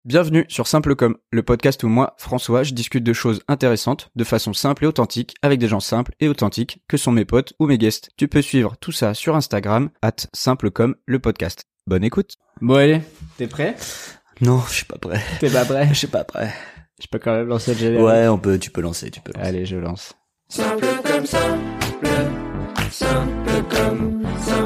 Bienvenue sur Simple Comme, le podcast où moi, François, je discute de choses intéressantes, de façon simple et authentique, avec des gens simples et authentiques, que sont mes potes ou mes guests. Tu peux suivre tout ça sur Instagram, @simplecom le podcast. Bonne écoute. Bon allez, t'es prêt? Non, je suis pas prêt. T'es pas prêt? Je suis pas prêt. Je peux quand même lancer le générique. Ouais, tu peux lancer. Allez, je lance. Simple comme simple comme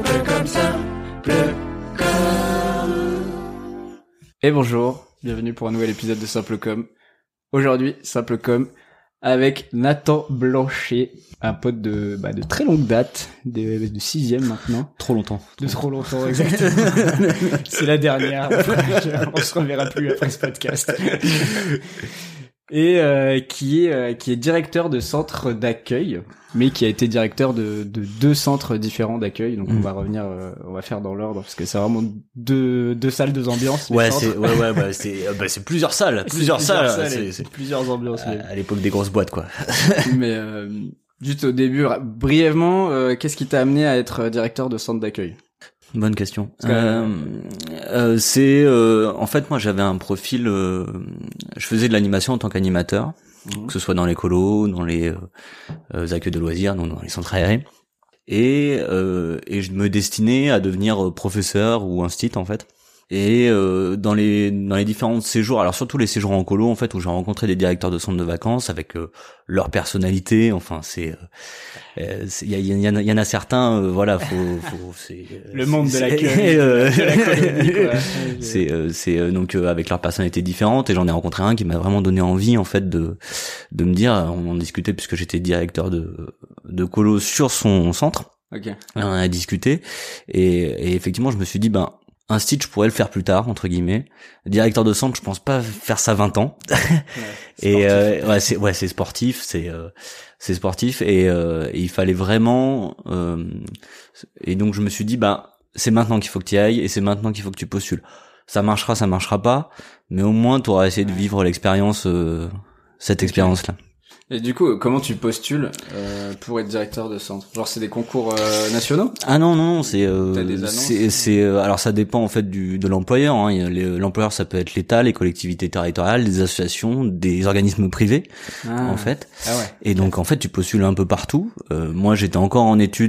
Et bonjour, bienvenue pour un nouvel épisode de Simple Comme. Aujourd'hui, Simple Comme avec Nathan Blanchet, un pote de très longue date, de 6ème maintenant. Trop longtemps. De trop longtemps, exactement. C'est la dernière. On se reverra plus après ce podcast. Et qui est directeur de centre d'accueil, mais qui a été directeur de 2 centres différents d'accueil. Donc on va revenir, on va faire dans l'ordre parce que c'est vraiment deux salles, 2 ambiances. Ouais, c'est plusieurs salles, c'est plusieurs ambiances. À l'époque des grosses boîtes, quoi. Mais juste au début, brièvement, qu'est-ce qui t'a amené à être directeur de centre d'accueil? Bonne question. En fait, moi, j'avais un profil. Je faisais de l'animation en tant qu'animateur, que ce soit dans les colos, dans les accueils de loisirs, dans les centres aérés, et je me destinais à devenir professeur ou instit en fait. Et dans les différents séjours, alors surtout les séjours en colo en fait, où j'ai rencontré des directeurs de centres de vacances avec leur personnalité, enfin il y en a certains c'est le monde de l'accueil de la colonie, quoi. Donc avec leur personnalité différente, et j'en ai rencontré un qui m'a vraiment donné envie en fait de me dire, on en discutait puisque j'étais directeur de colo sur son centre. OK. Et on en a discuté, et effectivement je me suis dit un stage, je pourrais le faire plus tard, entre guillemets. Directeur de centre, je pense pas faire ça 20 ans. C'est sportif, c'est sportif, et il fallait vraiment, et donc je me suis dit, c'est maintenant qu'il faut que tu y ailles, et c'est maintenant qu'il faut que tu postules. Ça marchera pas, mais au moins tu auras essayé de vivre l'expérience, cette expérience-là. Et du coup, comment tu postules pour être directeur de centre? Genre c'est des concours nationaux? Ah non, c'est T'as des annonces? Alors ça dépend en fait de l'employeur, hein. L'employeur, ça peut être l'État, les collectivités territoriales, des associations, des organismes privés en fait. Ah ouais. Et donc en fait, tu postules un peu partout. Moi, j'étais encore en études,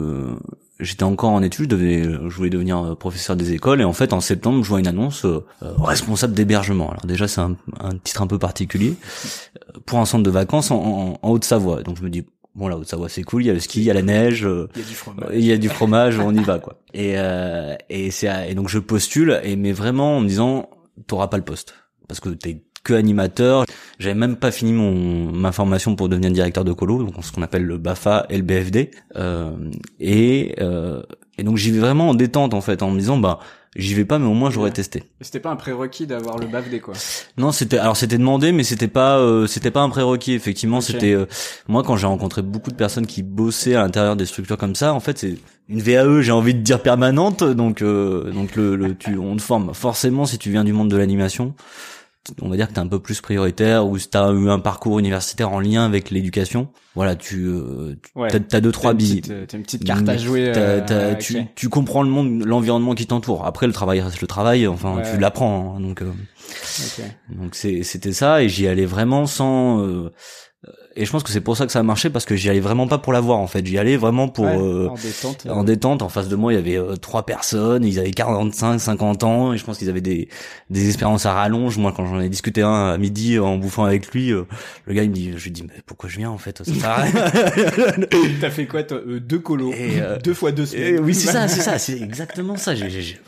je voulais devenir professeur des écoles, et en fait en septembre je vois une annonce responsable d'hébergement. Alors déjà c'est un titre un peu particulier pour un centre de vacances en Haute-Savoie. Donc je me dis bon, la Haute-Savoie c'est cool, il y a le ski, il y a la neige, il y a du fromage, on y va quoi. Et donc je postule, mais vraiment en me disant t'auras pas le poste parce que t'es que animateur. J'avais même pas fini ma formation pour devenir directeur de colo, donc ce qu'on appelle le BAFA et le BFD. Et donc j'y vais vraiment en détente en fait, en me disant j'y vais pas, mais au moins j'aurais testé. C'était pas un prérequis d'avoir le BAFD quoi. Non, c'était demandé, mais c'était pas un prérequis effectivement. Okay. C'était moi, quand j'ai rencontré beaucoup de personnes qui bossaient à l'intérieur des structures comme ça, en fait c'est une VAE, j'ai envie de dire permanente, donc on te forme forcément. Si tu viens du monde de l'animation, on va dire que t'es un peu plus prioritaire, ou si t'as eu un parcours universitaire en lien avec l'éducation, voilà, t'as 2-3 billes. T'as une petite carte à jouer. Tu comprends le monde, l'environnement qui t'entoure. Après, le travail reste le travail, enfin, tu l'apprends, hein, donc c'était ça, et j'y allais vraiment sans, et je pense que c'est pour ça que ça a marché, parce que j'y allais vraiment pas pour l'avoir en fait, j'y allais vraiment pour en détente. En face de moi il y avait 3 personnes, ils avaient 45-50 ans, et je pense qu'ils avaient des expériences à rallonge. Moi, quand j'en ai discuté un à midi en bouffant avec lui, le gars je lui dis mais pourquoi je viens en fait, ça sert à rien. T'as fait quoi toi? 2 colos, 2 fois 2 semaines. Oui, c'est ça, c'est exactement ça. J'ai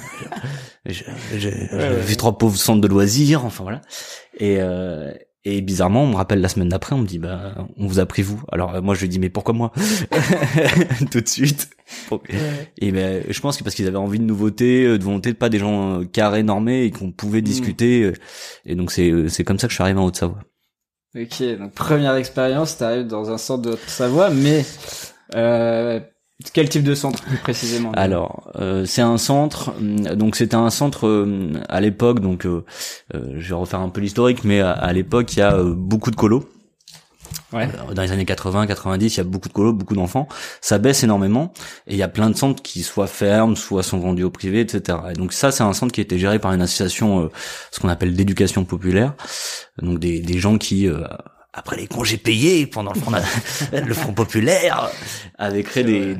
fait 3 pauvres centres de loisirs, enfin voilà. Et bizarrement, on me rappelle la semaine d'après, on me dit on vous a pris vous. Alors moi je lui dis mais pourquoi moi? Tout de suite. Et je pense que parce qu'ils avaient envie de nouveauté, de volonté, de pas des gens carrés, normés, et qu'on pouvait discuter. Et donc c'est comme ça que je suis arrivé en Haute-Savoie. Ok, donc première expérience, t'arrives dans un centre de Haute-Savoie, mais quel type de centre plus précisément? Alors, c'est un centre. Donc c'était un centre à l'époque. Donc je vais refaire un peu l'historique, mais à l'époque il y a beaucoup de colos. Ouais. Dans les années 80, 90, il y a beaucoup de colos, beaucoup d'enfants. Ça baisse énormément et il y a plein de centres qui soit ferment, soit sont vendus au privé, etc. Et donc ça, c'est un centre qui a été géré par une association, ce qu'on appelle d'éducation populaire. Donc des gens qui, après les congés payés pendant le front populaire, avaient créé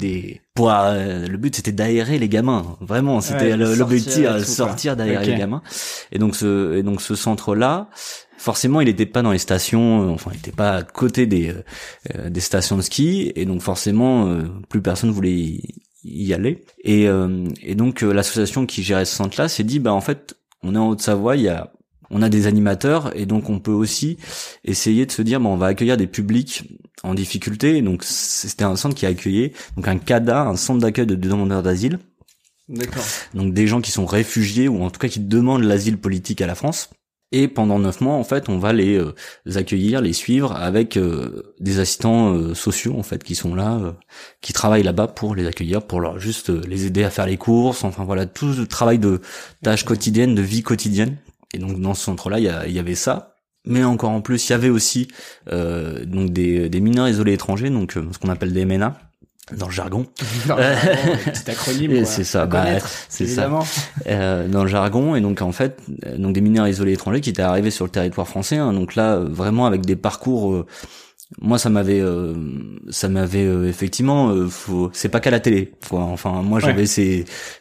le but c'était d'aérer les gamins. Vraiment, c'était l'objectif, sortir d'aérer les gamins. Et donc ce centre-là, forcément, il n'était pas dans les stations, enfin, il n'était pas à côté des stations de ski, et donc forcément, plus personne voulait y aller. Et donc l'association qui gérait ce centre-là s'est dit, bah en fait, on est en Haute-Savoie, on a des animateurs, et donc on peut aussi essayer de se dire, bah on va accueillir des publics en difficulté. Et donc c'était un centre qui a accueilli donc un CADA, un centre d'accueil de demandeurs d'asile. D'accord. Donc des gens qui sont réfugiés ou en tout cas qui demandent l'asile politique à la France. Et pendant 9 mois, en fait, on va les accueillir, les suivre avec des assistants sociaux, en fait, qui sont là, qui travaillent là-bas pour les accueillir, pour leur juste les aider à faire les courses, enfin voilà, tout le travail de tâches quotidiennes, de vie quotidienne. Et donc dans ce centre-là, il y avait ça. Mais encore en plus, il y avait aussi donc des mineurs isolés étrangers, donc ce qu'on appelle des MNA. Dans le jargon. Petit acronyme, quoi. C'est ça, c'est évidemment. Ça. Dans le jargon, et donc en fait, donc des mineurs isolés étrangers qui étaient arrivés sur le territoire français, hein, donc là, vraiment avec des parcours, moi ça m'avait effectivement, c'est pas qu'à la télé, quoi. Enfin, moi j'avais ces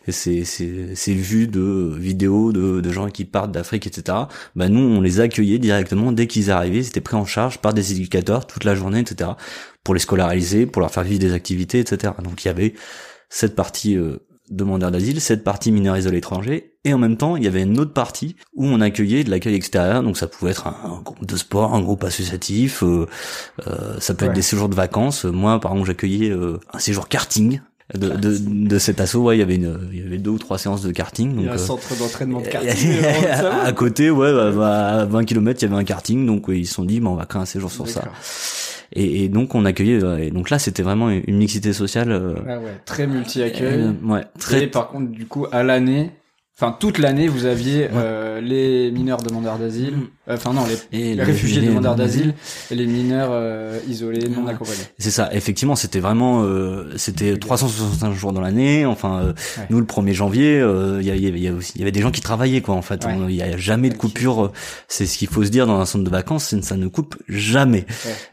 vues de vidéos de gens qui partent d'Afrique, etc. Bah nous, on les accueillait directement dès qu'ils arrivaient, c'était pris en charge par des éducateurs toute la journée, etc. pour les scolariser, pour leur faire vivre des activités, etc. Donc il y avait cette partie demandeurs d'asile, cette partie mineurs isolés étrangers, et en même temps il y avait une autre partie où on accueillait de l'accueil extérieur, donc ça pouvait être un groupe de sport, un groupe associatif, ça peut être des séjours de vacances. Moi par exemple j'accueillais un séjour karting de cet asso. Ouais, il y avait 2 ou 3 séances de karting. Donc, il y a un centre d'entraînement de karting à côté, ouais, à 20 km il y avait un karting, donc ils se sont dit, on va créer un séjour sur ça. Et donc on accueillait, et donc là c'était vraiment une mixité sociale. Très multi-accueil. Très. Et par contre, du coup, à l'année, enfin toute l'année, vous aviez les mineurs demandeurs d'asile, les réfugiés demandeurs d'asile et les mineurs isolés non accompagnés. C'est ça, effectivement, c'était vraiment c'était 365 jours dans l'année. Enfin nous le 1er janvier, il y avait des gens qui travaillaient, quoi, en fait. Il y a jamais de coupure, c'est ce qu'il faut se dire dans un centre de vacances, ça ne coupe jamais.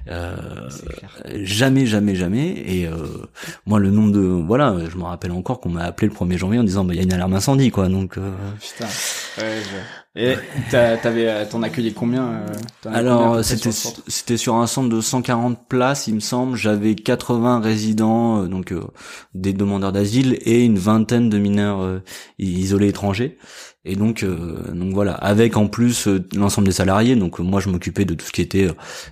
Jamais. Et moi le nombre de je me rappelle encore qu'on m'a appelé le 1er janvier en disant il y a une alarme incendie, quoi. Donc putain. Et t'en accueillais combien Alors c'était sur un centre de 140 places, il me semble. J'avais 80 résidents, donc des demandeurs d'asile, et une vingtaine de mineurs isolés étrangers. Et donc voilà, avec en plus l'ensemble des salariés. Donc moi je m'occupais de tout ce qui était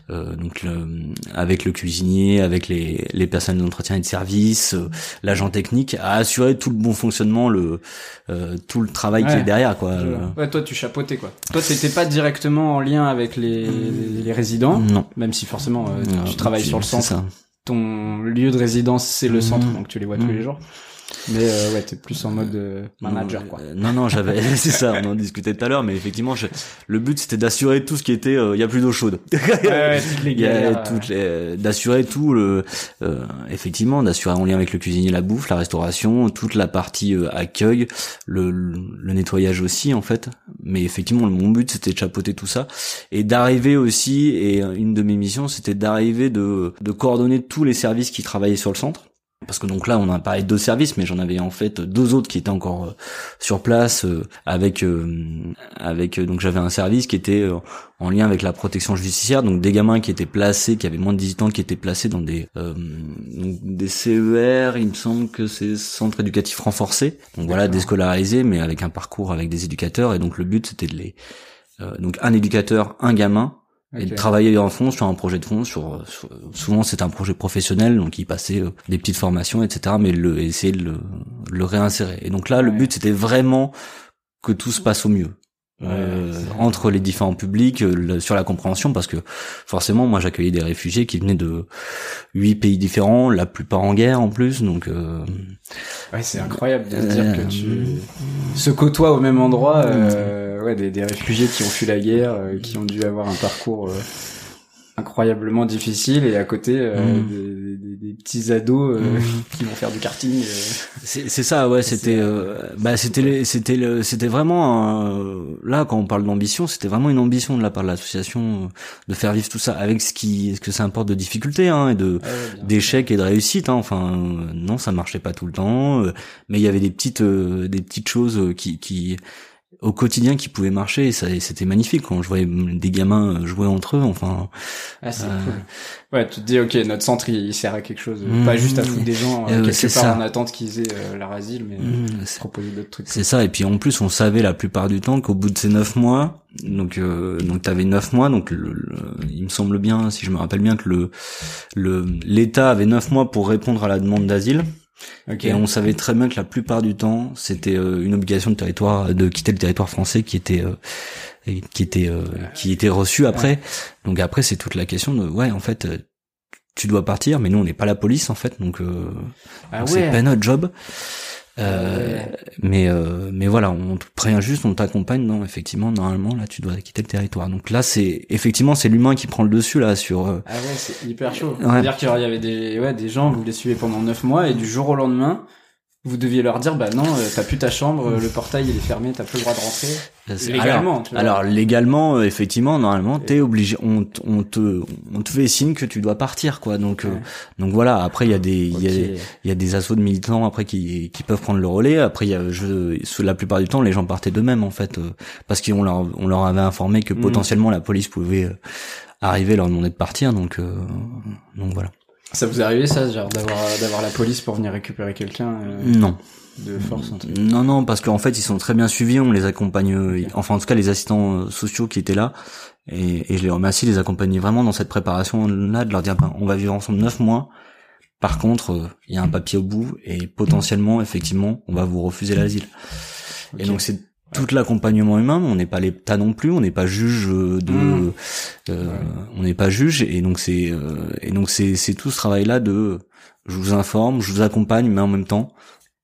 avec le cuisinier, avec les personnes d'entretien et de service, l'agent technique, à assurer tout le bon fonctionnement, tout le travail qui est derrière, quoi. Toi tu chapeautais, quoi. Toi t'étais pas directement en lien avec les résidents, non, même si forcément tu travailles sur le centre. Ton lieu de résidence c'est le centre, donc tu les vois tous les jours. Mais t'es plus en mode manager, quoi. Non, j'avais c'est ça, on en discutait tout à l'heure, mais effectivement le but c'était d'assurer tout ce qui était il y a plus d'eau chaude. Toutes les galères, d'assurer tout effectivement, d'assurer en lien avec le cuisinier la bouffe, la restauration, toute la partie accueil, le nettoyage aussi, en fait. Mais effectivement mon but c'était de chapeauter tout ça et d'arriver aussi, et une de mes missions c'était d'arriver de coordonner tous les services qui travaillaient sur le centre. Parce que donc là on a parlé de 2 services, mais j'en avais en fait 2 autres qui étaient encore sur place, avec donc j'avais un service qui était en lien avec la protection judiciaire, donc des gamins qui étaient placés, qui avaient moins de 18 ans, qui étaient placés dans des CER, il me semble que c'est centres éducatifs renforcés, donc voilà, déscolarisés, mais avec un parcours avec des éducateurs. Et donc le but c'était de donc un éducateur, un gamin, et de travailler en fond sur un projet de fond, souvent c'est un projet professionnel, donc il passait des petites formations, etc., mais essayer de le réinsérer. Et donc là le but c'était vraiment que tout se passe au mieux. Entre les différents publics, sur la compréhension, parce que forcément moi j'accueillais des réfugiés qui venaient de 8 pays différents, la plupart en guerre en plus, donc c'est incroyable de se dire que tu se côtoies au même endroit, des réfugiés qui ont fui la guerre, qui ont dû avoir un parcours incroyablement difficile, et à côté des petits ados qui vont faire du karting. C'est ça, ouais. C'était vraiment là, quand on parle d'ambition, c'était vraiment une ambition de la part de l'association de faire vivre tout ça avec ce que ça importe de difficultés, hein, et d'échecs et de réussites, hein. Enfin, non, ça marchait pas tout le temps, mais il y avait des petites choses qui au quotidien qui pouvaient marcher, et c'était magnifique quand je voyais des gamins jouer entre eux. Enfin, c'est cool. Ouais, tu te dis, ok, notre centre il sert à quelque chose, pas juste à foutre des gens quelque part en attente qu'ils aient leur asile, mais proposer d'autres trucs. C'est ça. Et puis en plus, on savait la plupart du temps qu'au bout de ces 9 mois, donc t'avais 9 mois, donc il me semble bien, si je me rappelle bien, que l'État avait 9 mois pour répondre à la demande d'asile. Okay. Et on savait très bien que la plupart du temps, c'était une obligation de quitter le territoire français qui était reçue après. Ouais. Donc après, c'est toute la question de, ouais, en fait, tu dois partir, mais nous, on n'est pas la police, en fait, donc c'est pas notre job. Mais voilà, on te prévient juste, on t'accompagne. Non, effectivement, normalement, là, tu dois quitter le territoire. Donc là, c'est l'humain qui prend le dessus là sur. Ah ouais, c'est hyper chaud. Ouais. C'est-à-dire qu'il y avait des gens, vous les suivez pendant 9 mois, et du jour au lendemain, vous deviez leur dire, bah non, t'as plus ta chambre, le portail il est fermé, t'as plus le droit de rentrer. Légalement. Alors légalement, effectivement, normalement, t'es obligé, on te fait signe que tu dois partir, quoi. Donc voilà. Après, il y a des assauts de militants après qui peuvent prendre le relais. Après, la plupart du temps, les gens partaient d'eux-mêmes, en fait, parce qu'on leur avait informé que potentiellement la police pouvait arriver, leur demander de partir. Donc voilà. Ça vous est arrivé, ça, genre d'avoir la police pour venir récupérer quelqu'un Non. De force, non, parce qu'en fait, ils sont très bien suivis, on les accompagne, enfin, en tout cas, les assistants sociaux qui étaient là, et je les remercie, les accompagner vraiment dans cette préparation-là, de leur dire, on va vivre ensemble 9 mois. Par contre, il y a un papier au bout, et potentiellement, effectivement, on va vous refuser l'asile. Okay. Et donc, c'est tout l'accompagnement humain, on n'est pas l'État non plus, on n'est pas juge on n'est pas juge, et donc c'est tout ce travail là de je vous informe, je vous accompagne, mais en même temps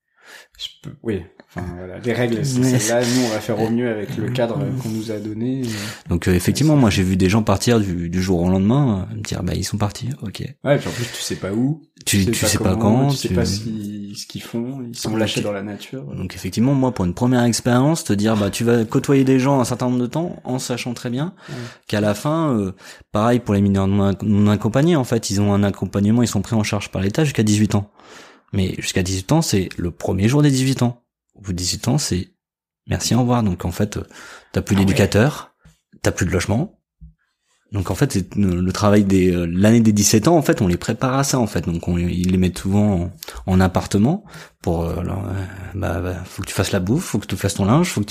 oui, enfin voilà, les règles c'est celle-là, nous on va faire au mieux avec le cadre qu'on nous a donné. Donc effectivement, moi j'ai vu des gens partir du jour au lendemain, me dire bah ils sont partis, ok. Ouais, et puis en plus tu sais pas où, tu sais pas quand, tu sais pas ce qu'ils font, ils sont lâchés dans la nature. Donc effectivement, moi pour une première expérience, te dire bah tu vas côtoyer des gens un certain nombre de temps en sachant très bien qu'à la fin, pareil pour les mineurs non accompagnés, en fait ils ont un accompagnement, ils sont pris en charge par l'État jusqu'à 18 ans. Mais jusqu'à 18 ans, c'est le premier jour des 18 ans. Au bout de 18 ans, c'est merci, au revoir. Donc en fait, t'as plus d'éducateur, t'as plus de logement. Donc en fait, c'est le travail l'année des 17 ans, en fait, on les prépare à ça, en fait. Donc ils les mettent souvent en appartement pour faut que tu fasses la bouffe, faut que tu fasses ton linge, faut que tu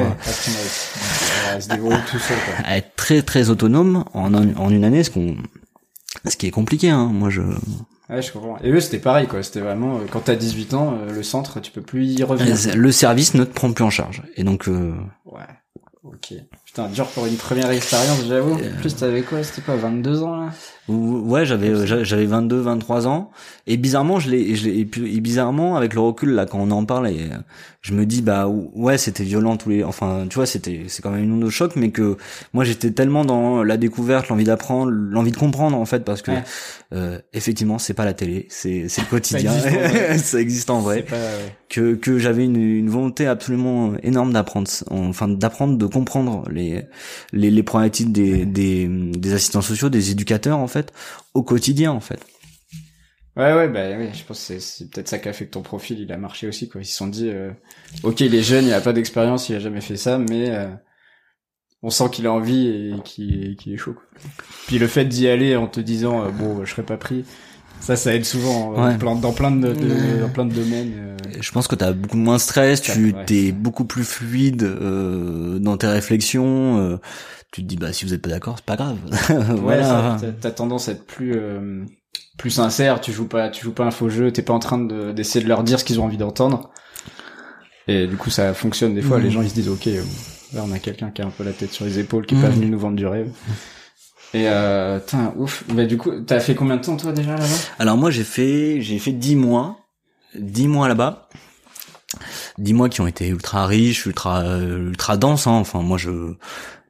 se débrouille tout seul, quoi. Être très très autonome en une année, ce qui est compliqué, hein. Moi Ouais, je comprends. Et eux, c'était pareil, quoi. C'était vraiment, quand t'as 18 ans, le centre, tu peux plus y revenir. Le service ne te prend plus en charge. Et donc, ouais. Ok. Putain, dur pour une première expérience, j'avoue. En plus, t'avais quoi? C'était quoi, 22 ans, là? Ouais, j'avais 22, 23 ans. Et bizarrement, et bizarrement, avec le recul, là, quand on en parle, je me dis, bah, ouais, c'était violent enfin, tu vois, c'est quand même une onde de choc, mais que moi, j'étais tellement dans la découverte, l'envie d'apprendre, l'envie de comprendre, en fait, parce que, effectivement, c'est pas la télé, c'est le quotidien. Ça existe en vrai. Que j'avais une volonté absolument énorme d'apprendre, de comprendre les problématiques des assistants sociaux, des éducateurs, en fait, au quotidien, en fait. Ouais, je pense que c'est peut-être ça qui a fait que ton profil, il a marché aussi, quoi. Ils se sont dit, ok, il est jeune, il a pas d'expérience, il a jamais fait ça, mais on sent qu'il a envie et qu'il est chaud, quoi. Puis le fait d'y aller en te disant, je serai pas pris, ça aide souvent dans plein de domaines. Je pense que t'as beaucoup moins de stress, t'es beaucoup plus fluide dans tes réflexions. Tu te dis bah si vous êtes pas d'accord, c'est pas grave. Voilà. T'as tendance à être plus sincère. Tu joues pas un faux jeu. T'es pas en train d'essayer de leur dire ce qu'ils ont envie d'entendre. Et du coup ça fonctionne des fois. Les gens ils se disent ok, là on a quelqu'un qui a un peu la tête sur les épaules, qui est pas venu nous vendre du rêve. Et ouf. Bah du coup, t'as fait combien de temps toi déjà là-bas? Alors moi j'ai fait 10 mois là-bas. 10 mois qui ont été ultra riches, ultra denses, hein. Enfin moi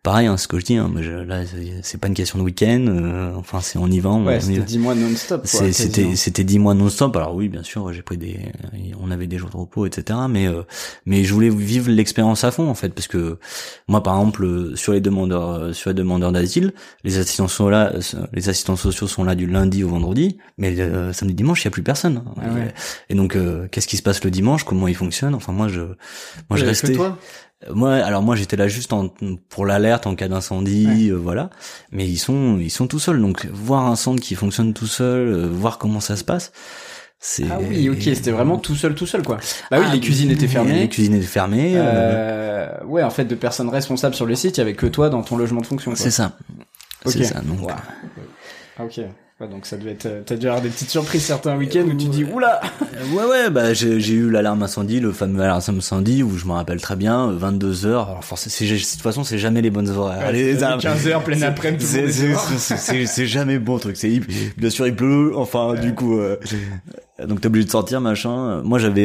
pareil, hein, ce que je dis, hein, moi, là, c'est pas une question de week-end, enfin, c'est on y va. Ouais, c'était 10 mois non-stop, quoi. C'était 10 mois non-stop. Alors oui, bien sûr, j'ai pris on avait des jours de repos, etc. Mais je voulais vivre l'expérience à fond, en fait, parce que moi, par exemple, sur les demandeurs d'asile, les assistants sociaux sont là du lundi au vendredi, mais samedi, dimanche, il y a plus personne. Ah ouais. Et donc, qu'est-ce qui se passe le dimanche? Comment ils fonctionnent? Enfin, moi, je restais. Toi Moi, j'étais là juste pour l'alerte en cas d'incendie, ouais. voilà. Mais ils sont tout seuls. Donc, voir un centre qui fonctionne tout seul, voir comment ça se passe, c'est. Ah oui, ok, c'était vraiment tout seul, quoi. Bah oui, les cuisines étaient fermées. Les cuisines étaient fermées. Ouais, en fait, de personnes responsables sur les sites, il y avait que toi dans ton logement de fonction, quoi. C'est ça. Okay. C'est ça. Donc. Wow. Ah, ok. Ouais, donc ça devait être, t'as dû avoir des petites surprises certains week-ends où tu dis oula. Ouais, bah j'ai eu l'alarme incendie, le fameux alarme incendie où je me rappelle très bien 22h. Alors forcément, de toute façon, c'est jamais les bonnes horaires. Ouais, 15h pleine après-midi. C'est jamais bon truc. Bien sûr, il pleut. Enfin, du coup, donc t'es obligé de sortir, machin. Moi, j'avais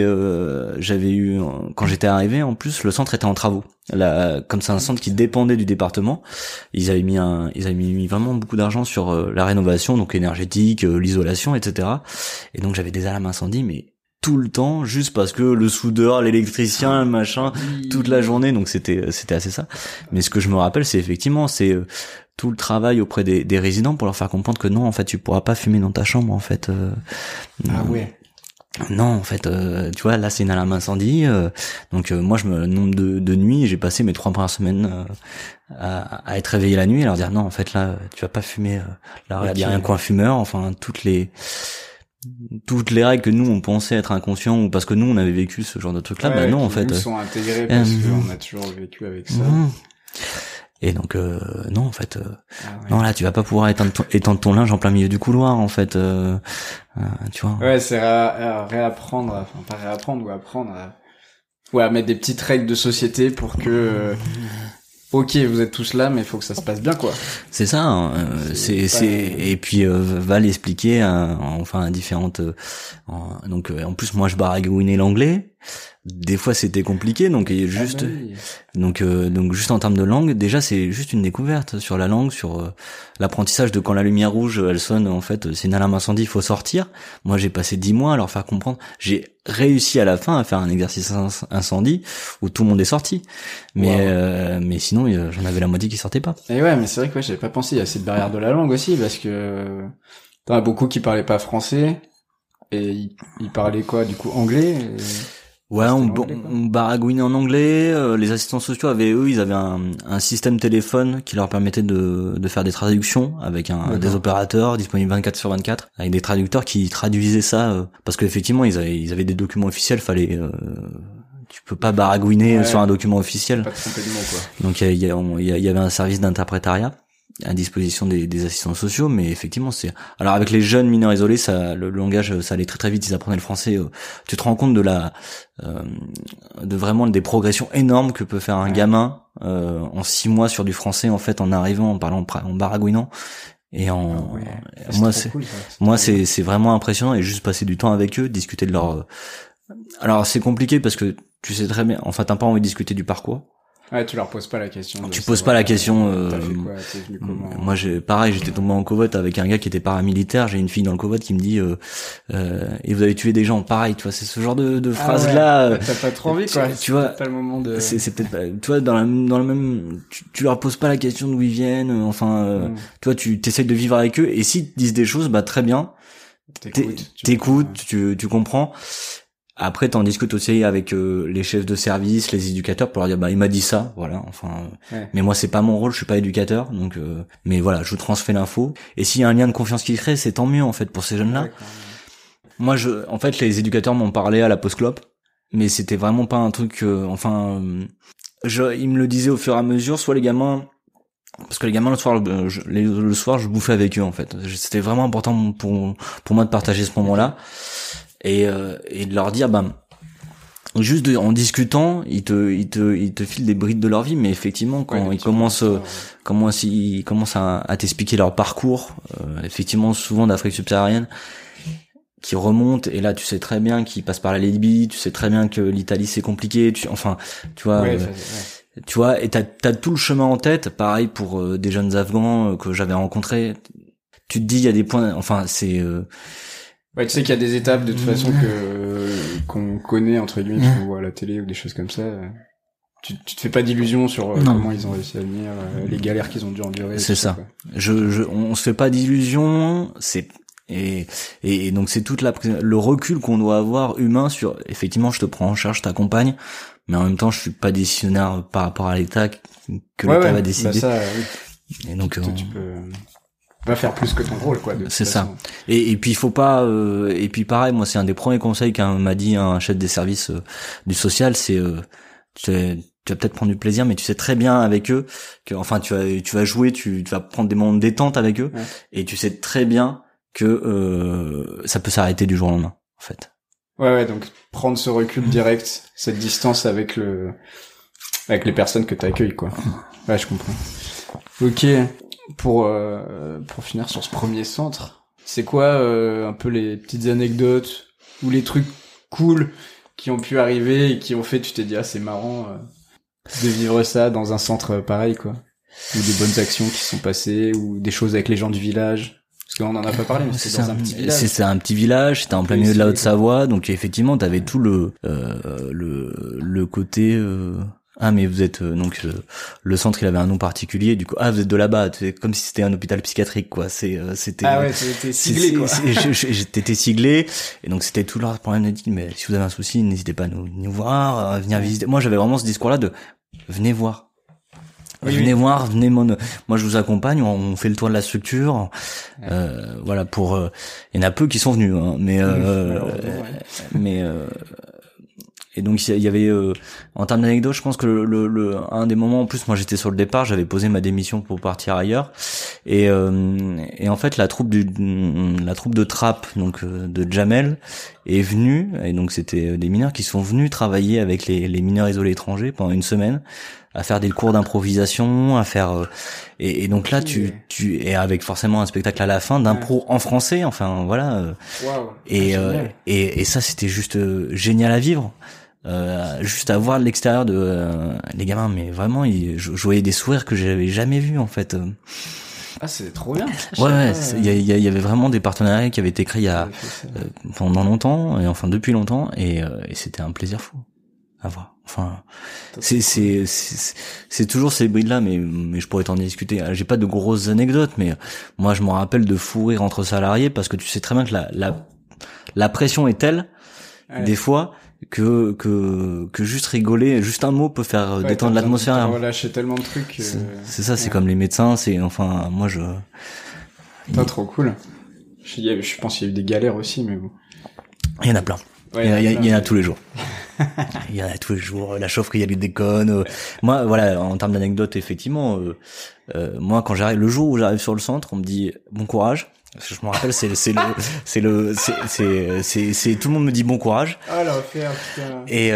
eu quand j'étais arrivé, en plus, le centre était en travaux. Là, comme c'est un centre qui dépendait du département, ils avaient mis vraiment beaucoup d'argent sur la rénovation, donc énergétique, l'isolation, etc. Et donc j'avais des alarmes incendie, mais tout le temps, juste parce que le soudeur, l'électricien, le machin, toute la journée. Donc c'était assez ça. Mais ce que je me rappelle, c'est effectivement, tout le travail auprès des résidents pour leur faire comprendre que non, en fait, tu pourras pas fumer dans ta chambre, en fait. Ah ouais. Non, en fait, tu vois, là c'est une alarme incendie, donc moi le nombre de nuits, j'ai passé mes 3 premières semaines à être réveillé la nuit et leur dire non, en fait là tu vas pas fumer, là il y a rien qu'un fumeur, enfin toutes les règles que nous on pensait être inconscients ou parce que nous on avait vécu ce genre de truc là, ouais, bah non en qui fait. nous sont intégrés parce qu'on a toujours vécu avec ça. Et donc non en fait non là tu vas pas pouvoir étendre ton linge en plein milieu du couloir en fait tu vois. Ouais, c'est réapprendre, enfin pas réapprendre ou apprendre à mettre des petites règles de société pour que ok, vous êtes tous là mais il faut que ça se passe bien quoi. C'est ça et puis va l'expliquer enfin à différentes donc en plus moi je baragouinais l'anglais. Des fois c'était compliqué donc juste donc juste en termes de langue déjà c'est juste une découverte sur la langue sur l'apprentissage de quand la lumière rouge elle sonne en fait c'est une alarme incendie il faut sortir. Moi j'ai passé 10 mois à leur faire comprendre, j'ai réussi à la fin à faire un exercice incendie où tout le monde est sorti mais sinon j'en avais la moitié qui sortait pas. Et ouais mais c'est vrai que j'avais pas pensé il y a cette barrière de la langue aussi parce que t'en as beaucoup qui parlaient pas français et ils parlaient quoi du coup anglais Ouais, on baragouinait en anglais. Les assistants sociaux ils avaient un système téléphone qui leur permettait de faire des traductions avec des opérateurs disponibles 24/24, avec des traducteurs qui traduisaient ça parce qu'effectivement ils avaient des documents officiels. Fallait tu peux pas baragouiner sur un document officiel. Pas de tromper de mots, quoi. Donc il y avait un service d'interprétariat à disposition des assistants sociaux, mais effectivement alors avec les jeunes mineurs isolés le langage ça allait très très vite, ils apprenaient le français, tu te rends compte de vraiment des progressions énormes que peut faire un gamin en 6 mois sur du français en fait en arrivant en baragouinant et c'est vraiment impressionnant et juste passer du temps avec eux, discuter de leur alors c'est compliqué parce que tu sais très bien, enfin t'as pas envie de discuter du parcours. Ouais, tu leur poses pas la question. Tu poses pas la question. T'as fait quoi, t'es venu comment? Moi, j'étais tombé en covote avec un gars qui était paramilitaire. J'ai une fille dans le covote qui me dit et vous avez tué des gens. Pareil, tu vois, c'est ce genre de phrase là. T'as pas trop envie, quoi. Tu vois, pas le moment de. C'est peut-être pas. Tu vois, dans le même, tu leur poses pas la question d'où ils viennent. Enfin, toi, tu t'essayes de vivre avec eux. Et s'ils te disent des choses, bah très bien. T'écoutes, tu comprends. Après, t'en discutes aussi avec les chefs de service, les éducateurs pour leur dire bah il m'a dit ça, voilà. Enfin, mais moi c'est pas mon rôle, je suis pas éducateur, donc mais voilà, je vous transmets l'info. Et s'il y a un lien de confiance qui se crée, c'est tant mieux en fait pour ces jeunes-là. Moi, en fait, les éducateurs m'ont parlé à la pause clope, mais c'était vraiment pas un truc. Ils me le disaient au fur et à mesure, soit les gamins. Parce que les gamins le soir je bouffais avec eux en fait. C'était vraiment important pour moi de partager ce moment-là. Et de leur dire juste en discutant ils te filent des brides de leur vie, mais effectivement quand ils commencent à t'expliquer leur parcours effectivement souvent d'Afrique subsaharienne qui remontent, et là tu sais très bien qu'ils passent par la Libye, tu sais très bien que l'Italie c'est compliqué, tu vois tu vois, et t'as tout le chemin en tête. Pareil pour des jeunes Afghans que j'avais rencontrés. Tu te dis, il y a des points, enfin, c'est... Ouais, tu sais qu'il y a des étapes de toute façon qu'on connaît entre guillemets, parce qu'on voit à la télé ou des choses comme ça. Tu te fais pas d'illusions sur comment ils ont réussi à venir, les galères qu'ils ont dû endurer. C'est ça. On se fait pas d'illusions. Et donc c'est toute le recul qu'on doit avoir humain sur. Effectivement, je te prends en charge, je t'accompagne, mais en même temps, je suis pas décisionnaire par rapport à l'État que l'État va décider. Bah ça, oui. Et donc tu peux va faire plus que ton rôle, quoi. C'est ça. Et puis il faut pas. Et puis pareil, moi c'est un des premiers conseils qu'un m'a dit un chef des services du social, c'est tu vas peut-être prendre du plaisir, mais tu sais très bien avec eux que, enfin, tu vas jouer, tu vas prendre des moments de détente avec eux, et tu sais très bien que ça peut s'arrêter du jour au lendemain, en fait. Ouais, donc prendre ce recul direct, cette distance avec les personnes que t'accueilles, quoi. Ouais, je comprends. Ok. Pour finir sur ce premier centre, c'est quoi un peu les petites anecdotes ou les trucs cool qui ont pu arriver et qui ont fait tu t'es dit c'est marrant de vivre ça dans un centre pareil, quoi, ou des bonnes actions qui se sont passées ou des choses avec les gens du village, parce qu'on en a pas parlé, mais c'est dans un petit village. C'est un petit village, c'était en plein milieu de la Haute-Savoie, donc effectivement t'avais tout le côté ah, mais vous êtes donc le centre, il avait un nom particulier, du coup vous êtes de là-bas, c'est comme si c'était un hôpital psychiatrique, quoi. C'était c'était siglé, quoi. J'étais siglé, et donc c'était tout leur problème de dire, mais si vous avez un souci, n'hésitez pas à nous voir, venir visiter. Moi j'avais vraiment ce discours-là de venez voir. Venez voir, moi je vous accompagne, on fait le tour de la structure. Voilà, pour il y en a peu qui sont venus, hein, mais et donc il y avait en termes d'anecdote, je pense que un des moments, en plus moi j'étais sur le départ, j'avais posé ma démission pour partir ailleurs, et en fait la troupe de trappe, donc de Jamel, est venue, et donc c'était des mineurs qui sont venus travailler avec les mineurs isolés étrangers pendant une semaine, à faire des cours d'improvisation, à faire et donc là tu et avec forcément un spectacle à la fin d'impro en français, enfin voilà. Et ça c'était juste génial à vivre. Juste à voir de l'extérieur de les gamins, mais vraiment je voyais des sourires que j'avais jamais vus, en fait. C'est trop bien. Ouais, il y avait vraiment des partenariats qui avaient été créés pendant longtemps, et enfin depuis longtemps, et c'était un plaisir fou à voir. Enfin, c'est toujours ces brides là, mais je pourrais t'en discuter. J'ai pas de grosses anecdotes, mais moi je me rappelle de fou rire entre salariés, parce que tu sais très bien que la pression est telle des fois que juste rigoler, juste un mot peut faire détendre l'atmosphère. T'as relâché tellement de trucs. C'est ça, c'est comme les médecins, moi trop cool. Je pense qu'il y a eu des galères aussi, mais bon. Il y en a plein. Il y en a tous les jours. Il y en a tous les jours. La chaufferie, elle lui déconne. Moi, voilà, en termes d'anecdotes, effectivement, moi, quand le jour où j'arrive sur le centre, on me dit bon courage. Parce que je me rappelle, c'est tout le monde me dit bon courage. Ah, l'enfer, putain. Et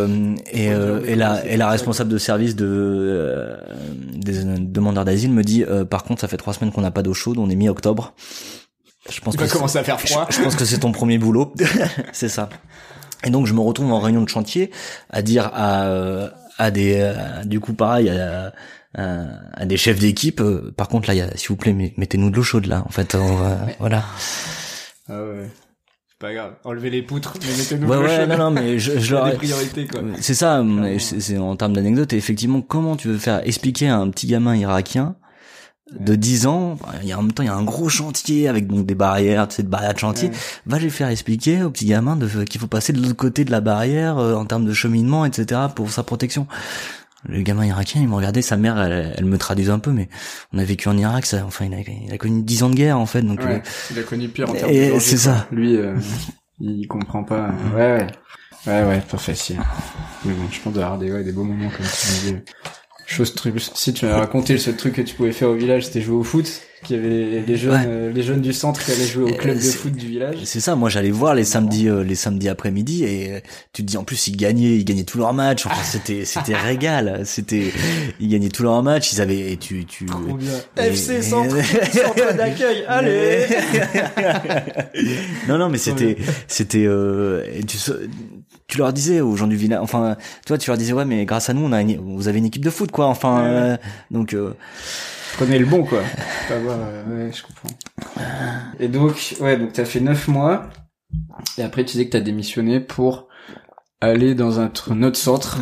la responsable de service des demandeurs d'asile me dit, par contre, ça fait 3 semaines qu'on n'a pas d'eau chaude, on est mi-octobre. Je pense que va commencer à faire froid. Je pense que c'est ton premier boulot. C'est ça. Et donc, je me retrouve en réunion de chantier à dire à du coup, pareil, à des chefs d'équipe, par contre là s'il vous plaît mettez-nous de l'eau chaude là, en fait, voilà. Ah ouais, c'est pas grave, enlevez les poutres, mais mettez-nous de l'eau chaude. Non mais je leur des priorités, quoi. C'est ça, c'est en termes d'anecdote. Et effectivement, comment tu veux faire expliquer à un petit gamin irakien de 10 ans, en même temps il y a un gros chantier avec donc des barrières, tu sais, de barrières de chantier, va lui faire expliquer au petit gamin qu'il faut passer de l'autre côté de la barrière en termes de cheminement, etc., pour sa protection. Le gamin irakien, il me regardait, sa mère, elle me traduisait un peu, mais on a vécu en Irak, il a connu 10 ans de guerre, en fait, donc. Il a connu pire en termes de danger, c'est ça. Lui, il comprend pas. Ouais, pas facile. Mais bon, je pense d'avoir des beaux moments, comme tu disais. Si tu m'avais raconté le seul truc que tu pouvais faire au village, c'était jouer au foot, qu'il y avait les jeunes du centre qui allaient jouer au club de foot du village. C'est ça, moi j'allais voir les samedis après-midi et tu te dis en plus ils gagnaient tous leurs matchs. Enfin c'était régal, ils gagnaient tous leurs matchs, ils avaient et tu trop bien. FC centre d'accueil. Allez. Non mais c'était tu leur disais aux gens du village, enfin toi tu leur disais ouais mais grâce à nous vous avez une équipe de foot quoi, enfin donc prenez le bon quoi. Pas voir, ouais, je comprends. Et donc t'as fait 9 mois et après tu disais que t'as démissionné pour aller dans un autre centre.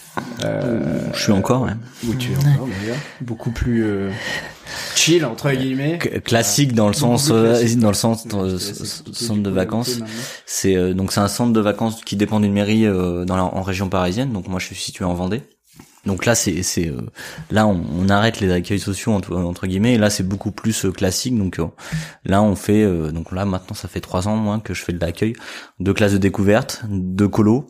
Je suis encore, ouais. Où tu es encore d'ailleurs. Beaucoup plus chill entre guillemets. Classique dans le sens centre de vacances. C'est donc c'est un centre de vacances qui dépend d'une mairie en région parisienne. Donc moi je suis situé en Vendée. Donc là là on arrête les accueils sociaux entre guillemets et là c'est beaucoup plus classique. Donc là on fait donc là maintenant ça fait 3 ans moins que je fais de l'accueil, 2 classes de découverte, 2 colos,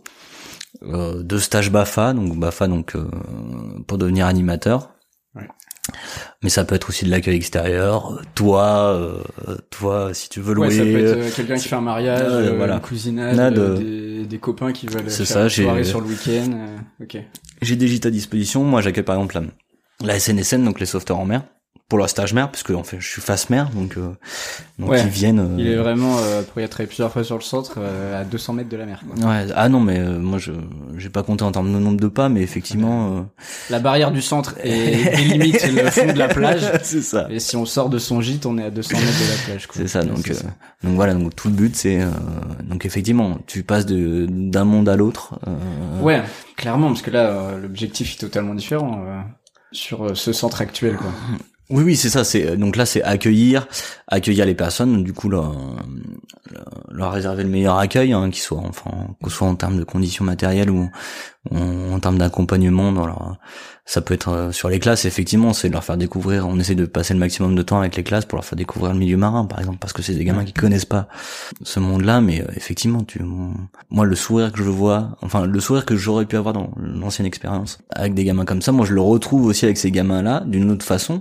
2 stages BAFA donc pour devenir animateur. Ouais. Mais ça peut être aussi de l'accueil extérieur, toi si tu veux louer. Ouais, ça peut être quelqu'un qui fait un mariage, voilà. une cousinade, des copains qui veulent faire une soirée sur le week-end. Ok. J'ai des gîtes à disposition. Moi, j'accueille par exemple la SNSN, donc les sauveteurs en mer, pour leur stage mer, parce que en fait, je suis face mer, donc ouais, ils viennent. Il est vraiment pour y être allé plusieurs fois sur le centre, à 200 mètres de la mer. Quoi. Ouais. Ah non, mais moi, j'ai pas compté en termes de nombre de pas, mais effectivement. La barrière du centre délimite le fond de la plage. C'est ça. Et si on sort de son gîte, on est à 200 mètres de la plage. Quoi. C'est ça. Donc voilà. Donc tout le but, c'est donc effectivement, tu passes d'un monde à l'autre. Ouais, clairement, parce que là, l'objectif est totalement différent sur ce centre actuel, quoi. Oui, c'est ça. Donc là, c'est accueillir les personnes. Du coup, leur réserver le meilleur accueil, hein, que ce soit en termes de conditions matérielles ou en termes d'accompagnement. Ça peut être sur les classes. Effectivement, c'est de leur faire découvrir. On essaie de passer le maximum de temps avec les classes pour leur faire découvrir le milieu marin, par exemple, parce que c'est des gamins qui connaissent pas ce monde-là. Mais effectivement, moi, le sourire que je vois, enfin, le sourire que j'aurais pu avoir dans l'ancienne expérience avec des gamins comme ça, moi, je le retrouve aussi avec ces gamins-là d'une autre façon.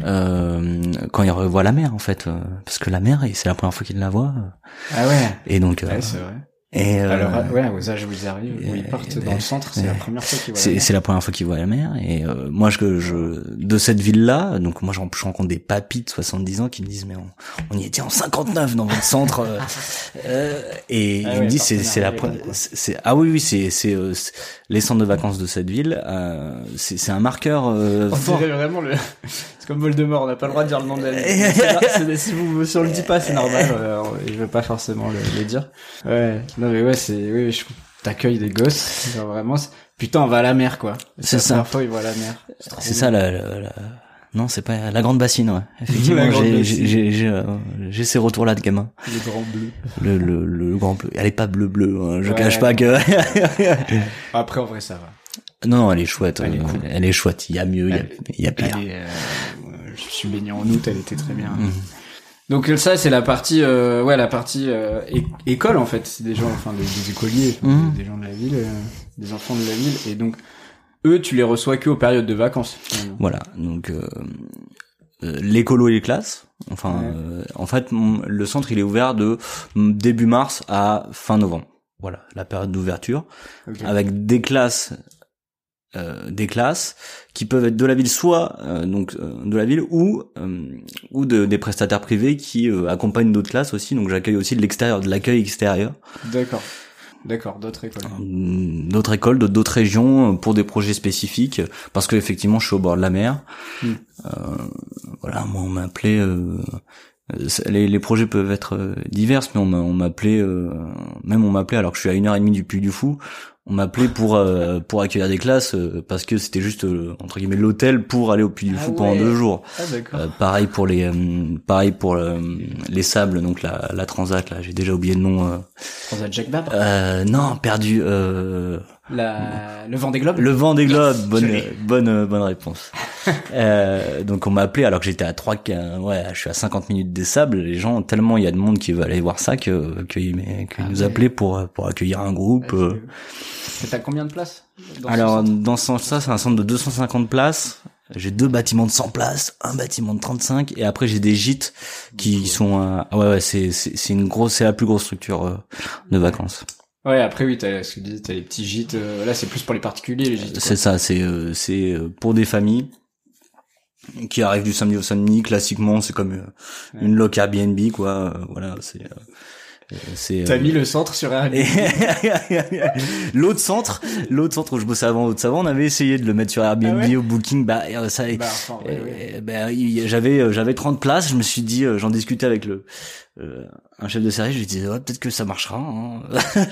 Quand ils revoient la mer en fait parce que la mer c'est la première fois qu'ils la voient ah ouais et donc ouais, c'est vrai. Et alors aux âges où ils arrivent où ils partent dans le centre c'est la première fois qu'ils voient la mer. C'est la première fois qu'ils voient la mer et moi de cette ville là donc moi je rencontre des papis de 70 ans qui me disent mais on y était en 59 dans votre centre et ils me disent c'est la c'est ah oui c'est les centres de vacances de cette ville c'est un marqueur on dirait vraiment c'est comme Voldemort, on n'a pas le droit de dire le nom de la ville. Si si on le dit pas, c'est normal. Je veux pas forcément le dire. Ouais. Non mais ouais, je t'accueille des gosses. Genre vraiment, putain, on va à la mer quoi. C'est ça. La première fois, ils vont à la mer. C'est ça non, c'est pas la grande bassine, ouais. Effectivement, j'ai ces retours-là de gamins. Le grand bleu. Le grand bleu. Elle est pas bleu, hein. Je cache pas que. Après, en vrai, ça va. Non, elle est chouette. Elle est cool. Elle est chouette. Il y a mieux, il y a pire. Je suis baigné en août, elle était très bien. Donc ça, c'est la partie, école en fait. C'est des gens, enfin des écoliers, des gens de la ville, des enfants de la ville, et donc eux, tu les reçois que aux périodes de vacances. Finalement. Voilà. Donc l'écolo et les classes. Enfin, en fait, le centre il est ouvert de début mars à fin novembre. Voilà, la période d'ouverture, avec des classes qui peuvent être de la ville, soit de la ville ou des prestataires privés qui accompagnent d'autres classes aussi. Donc j'accueille aussi de l'extérieur, de l'accueil extérieur. D'accord, d'autres écoles. D'autres écoles, d'autres régions pour des projets spécifiques, parce que effectivement je suis au bord de la mer. Voilà, moi on m'a appelé. Les projets peuvent être divers, mais on m'appelait alors que je suis à 1h30 du Puy du Fou. On m'appelait pour accueillir des classes parce que c'était juste entre guillemets l'hôtel pour aller au Puy du Fou pendant 2 jours. Ah d'accord. Pareil pour les sables, donc la Transat là, j'ai déjà oublié le nom. Transat Jacques Vabre. Non, perdu. Le Vendée Globe. Le Vendée Globe, bonne réponse. Donc on m'a appelé alors que j'étais je suis à 50 minutes des sables. Les gens, tellement il y a de monde qui veut aller voir ça qu'ils nous appelaient pour accueillir un groupe. T'as combien de places dans ce sens-là, c'est un centre de 250 places. J'ai 2 bâtiments de 100 places, un bâtiment de 35, et après j'ai des gîtes qui sont ouais, c'est la plus grosse structure de vacances. Ouais, après oui, t'as ce que tu dis, t'as les petits gîtes. Là, c'est plus pour les particuliers, les gîtes. C'est ça, c'est pour des familles qui arrivent du samedi au samedi. Classiquement, c'est comme une loc Airbnb, quoi. Voilà, T'as mis le centre sur Airbnb. L'autre centre où je bossais avant, on avait essayé de le mettre sur Airbnb au Booking. J'avais 30 places. Je me suis dit, j'en discutais avec un chef de service, je lui disais peut-être que ça marchera. Hein.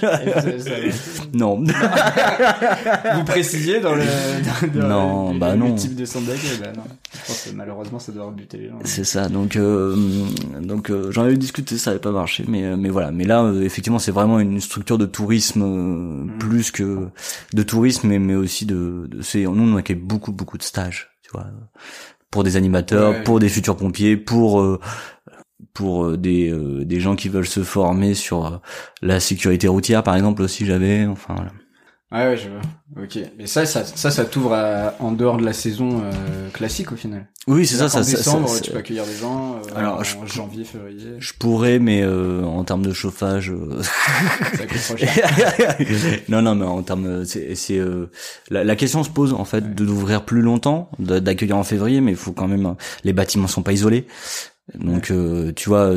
Non. Vous précisiez dans le non, non. type de centre d'accueil. Non. Je pense que malheureusement ça doit rebuter les gens. C'est ça. Donc j'en avais discuté, ça avait pas marché, mais voilà. Mais là effectivement c'est vraiment une structure de tourisme plus que de tourisme, mais aussi nous on a fait beaucoup de stages, tu vois, pour des animateurs, pour des futurs pompiers, pour des gens qui veulent se former sur la sécurité routière par exemple aussi enfin voilà. Ouais, je vois. Ok. Mais ça t'ouvre en dehors de la saison classique au final. Oui, c'est ça. En décembre, tu peux accueillir des gens. Alors, en janvier, février. Je pourrais, mais en termes de chauffage, ça coûte trop cher. non, mais en termes, la question se pose en fait d'ouvrir plus longtemps, d'accueillir en février, mais il faut quand même, les bâtiments sont pas isolés. Donc tu vois,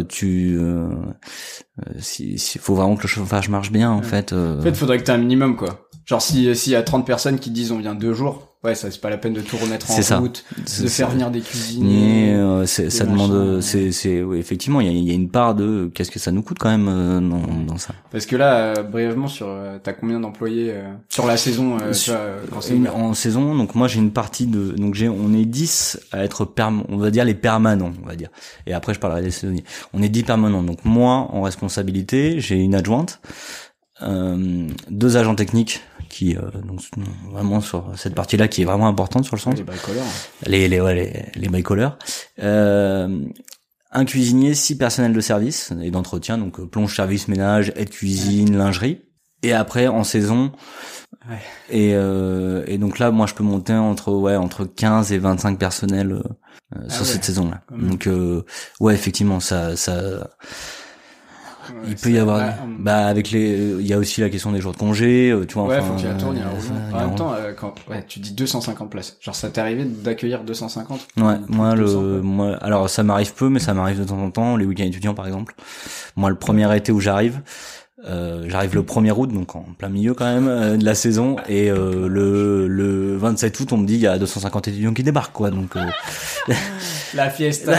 faut vraiment que le chauffage marche bien en fait. En fait, faudrait que t'aies un minimum quoi. Genre s'il y a 30 personnes qui disent on vient 2 jours, ouais, ça c'est pas la peine de tout remettre en route, de faire venir des cuisiniers. Ça demande oui, effectivement, il y a une part de qu'est-ce que ça nous coûte quand même dans ça. Parce que là brièvement t'as combien d'employés sur la saison quand c'est en saison, donc moi j'ai une partie on est 10 à être on va dire les permanents, on va dire. Et après je parlerai des saisonniers. On est 10 permanents. Donc moi en responsabilité, j'ai une adjointe, 2 agents techniques qui donc vraiment sur cette partie-là qui est vraiment importante sur le centre. Les bricoleurs. Les bricoleurs. Un cuisinier, 6 personnels de service et d'entretien, donc plonge, service, ménage, aide cuisine, lingerie. Et après en saison. Et donc là moi je peux monter entre 15 et 25 personnels sur cette saison-là. Donc effectivement ça il peut y avoir avec il y a aussi la question des jours de congé, tu vois. Faut qu'il y ait la tourne, il y a un roulement. En même temps tu dis 250 places. Genre ça t'est arrivé d'accueillir 250? Ouais, moi alors ça m'arrive peu, mais ça m'arrive de temps en temps, les week-ends étudiants par exemple. Moi le premier été où j'arrive le 1er août, donc en plein milieu quand même de la saison, et le 27 août on me dit il y a 250 étudiants qui débarquent quoi, donc la fiesta.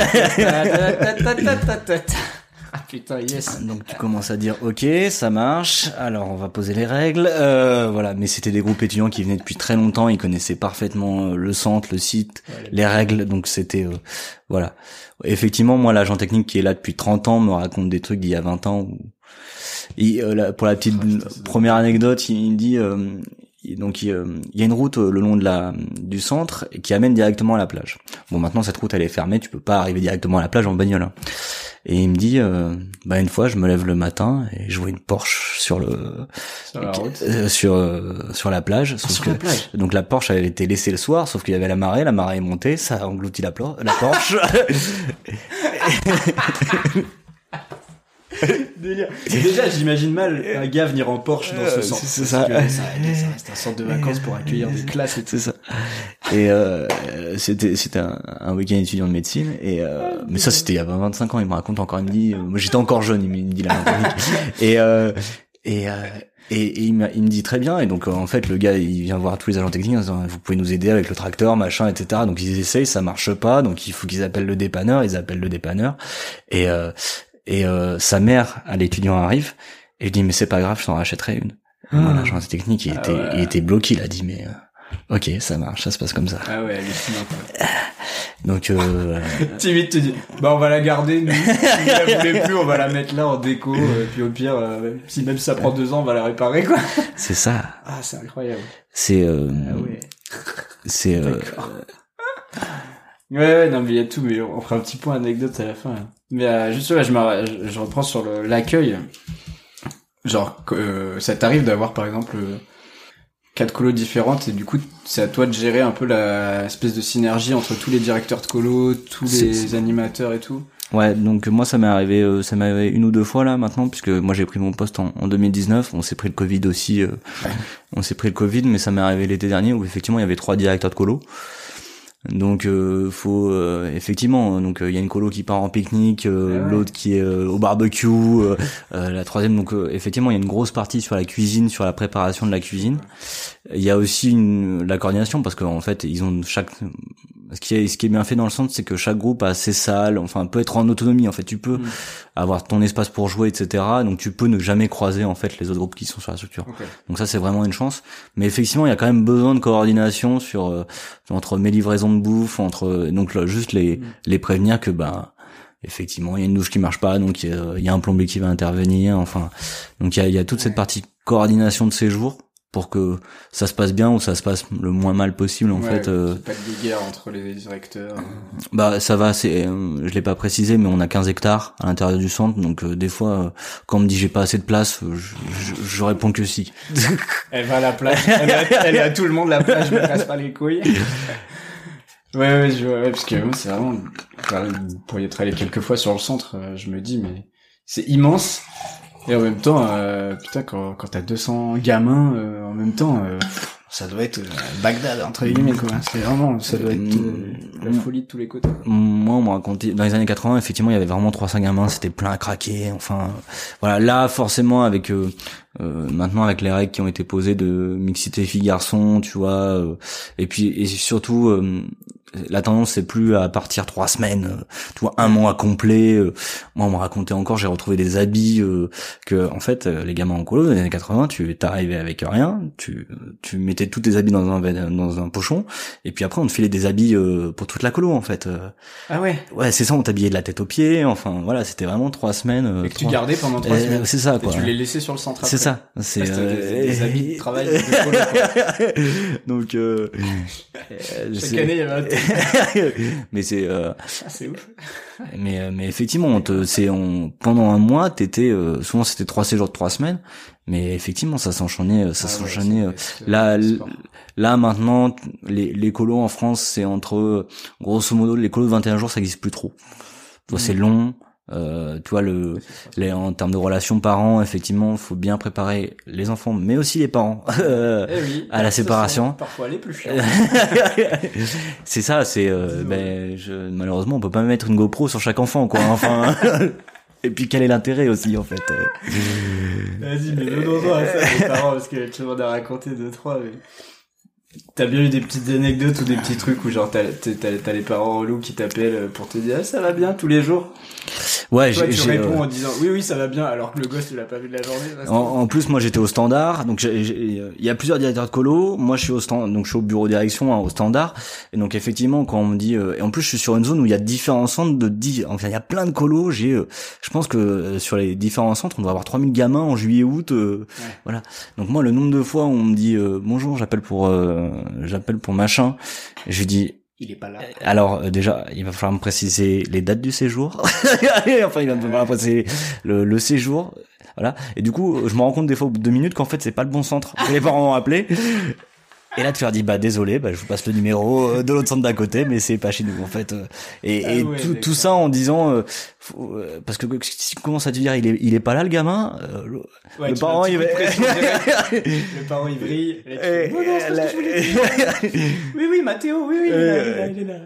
Ah putain, yes. Donc tu commences à dire ok, ça marche, alors on va poser les règles, voilà. Mais c'était des groupes étudiants qui venaient depuis très longtemps, ils connaissaient parfaitement le centre, le site, les règles, donc c'était voilà. Effectivement, moi l'agent technique qui est là depuis 30 ans me raconte des trucs d'il y a 20 ans pour la petite première anecdote, il me dit donc il y a une route le long du centre qui amène directement à la plage. Bon, maintenant cette route elle est fermée, tu peux pas arriver directement à la plage en bagnole. Hein. Et il me dit une fois je me lève le matin et je vois une Porsche sur la route, sur la plage, donc la Porsche avait été laissée le soir, sauf qu'il y avait la marée est montée, ça a englouti la Porsche. Délire. Déjà, j'imagine mal un gars venir en Porsche dans ce centre. C'est ça. Ça reste un centre de vacances pour accueillir des classes et tout. C'est ça. Et c'était un week-end étudiant de médecine mais ça c'était il y a 25 ans, il me raconte encore, il me dit moi j'étais encore jeune, il me dit la et il me dit très bien, et donc en fait le gars il vient voir tous les agents techniques en disant vous pouvez nous aider avec le tracteur machin etc, donc ils essayent, ça marche pas, donc il faut qu'ils appellent le dépanneur, et sa mère à l'étudiant arrive et je dis mais c'est pas grave, je t'en rachèterai une. Voilà, l'agent technique il était bloqué, il a dit mais ok, ça marche, ça se passe comme ça. Ah ouais, hallucinant quoi. Donc Timide te dit on va la garder, nous si vous la voulez plus on va la mettre là en déco, puis au pire si même ça prend 2 ans on va la réparer quoi. C'est ça. Ah c'est incroyable. C'est Ouais, non, mais il y a tout, mais on fera un petit point anecdote à la fin. Là. Mais juste là, je reprends sur l'accueil. Genre, ça t'arrive d'avoir, par exemple, 4 colos différentes et du coup c'est à toi de gérer un peu la espèce de synergie entre tous les directeurs de colo, tous les animateurs et tout. Ouais, donc moi ça m'est arrivé une ou deux fois là maintenant, puisque moi j'ai pris mon poste en 2019. On s'est pris le Covid aussi, on s'est pris le Covid, mais ça m'est arrivé l'été dernier où effectivement il y avait 3 directeurs de colo. Donc faut effectivement, donc il y a une colo qui part en pique-nique, l'autre qui est au barbecue, la troisième, donc effectivement il y a une grosse partie sur la cuisine, sur la préparation de la cuisine. Il y a aussi la coordination, parce qu'en fait ils ont ce qui est bien fait dans le centre, c'est que chaque groupe a ses salles, enfin peut être en autonomie. En fait, tu peux avoir ton espace pour jouer, etc. Donc tu peux ne jamais croiser en fait les autres groupes qui sont sur la structure. Okay. Donc ça c'est vraiment une chance. Mais effectivement, il y a quand même besoin de coordination sur entre mes livraisons de bouffe, donc là, juste les prévenir que effectivement il y a une douche qui marche pas, donc il y a un plombier qui va intervenir. Enfin, donc il y a toute cette partie coordination de séjour, pour que ça se passe bien ou ça se passe le moins mal possible en fait. Pas de guerre entre les directeurs. Ça va, je l'ai pas précisé, mais on a 15 hectares à l'intérieur du centre, donc des fois quand on me dit j'ai pas assez de place, je réponds que si. Elle va à la plage, elle est à tout le monde la plage, je me casse pas les couilles. Ouais, je vois, parce que moi c'est vraiment, vous pourriez être allé quelques fois sur le centre, je me dis mais c'est immense. Et en même temps, putain, quand t'as 200 gamins, en même temps, ça doit être Bagdad, entre guillemets, quoi. C'est vraiment, ça doit être la folie de tous les côtés. Moi, on m'a raconté, dans les années 80, effectivement, il y avait vraiment 300 gamins, c'était plein à craquer, enfin, voilà. Là, forcément, avec, maintenant, avec les règles qui ont été posées de mixité filles-garçons, tu vois, et surtout, la tendance c'est plus à partir 3 semaines, tu vois, un mois complet. Moi on me racontait encore, j'ai retrouvé des habits que en fait les gamins en colo dans les années 80, tu t'arrivais avec rien, tu mettais tous tes habits dans un pochon, et puis après on te filait des habits pour toute la colo en fait. Ah ouais. Ouais, c'est ça, on t'habillait de la tête aux pieds, enfin voilà, c'était vraiment 3 semaines. Et que tu gardais pendant 3 semaines. C'est ça quoi. Et tu les laissais sur le centre après. C'est ça. C'est des habits de travail de colo, quoi. Donc chaque année il y avait un mais c'est c'est ouf. Mais effectivement pendant un mois t'étais souvent c'était 3 séjours de 3 semaines, mais effectivement ça s'enchaînait là maintenant les colos en France c'est entre grosso modo les colos de 21 jours ça existe plus trop. Tu vois, c'est long. Tu vois en termes de relations parents, effectivement, faut bien préparer les enfants, mais aussi les parents à la séparation. Parfois les plus chiants. C'est ça, malheureusement, on peut pas mettre une GoPro sur chaque enfant, quoi. Enfin. Et puis quel est l'intérêt aussi en fait. Vas-y, mais venons-en à ça les parents, parce que tu m'en as raconté 2-3. Mais... T'as bien eu des petites anecdotes ou des petits trucs où genre t'as les parents relous qui t'appellent pour te dire ça va bien tous les jours. Ouais, toi, tu réponds en disant oui ça va bien alors que le gosse tu l'as pas vu de la journée. En plus moi j'étais au standard, donc il y a plusieurs directeurs de colo. Moi je suis donc je suis au bureau direction au standard, et donc effectivement quand on me dit et en plus je suis sur une zone où il y a différents centres enfin il y a plein de colos. Je pense que sur les différents centres on doit avoir 3000 gamins en juillet août. Voilà. Donc moi le nombre de fois où on me dit bonjour, j'appelle pour machin, et je lui dis il est pas là. Alors déjà, il va falloir me préciser les dates du séjour. Enfin, il va me falloir préciser le séjour. Voilà. Et du coup, je me rends compte des fois au bout de 2 minutes qu'en fait, c'est pas le bon centre que les parents ont appelé. Et là, tu leur dis désolé, je vous passe le numéro de l'autre centre d'à côté, mais c'est pas chez nous en fait. Et tout ça en disant parce que si tu commences à te dire il est pas là le gamin, le parent il le parent il brille. Oui Mathéo, oui il est là.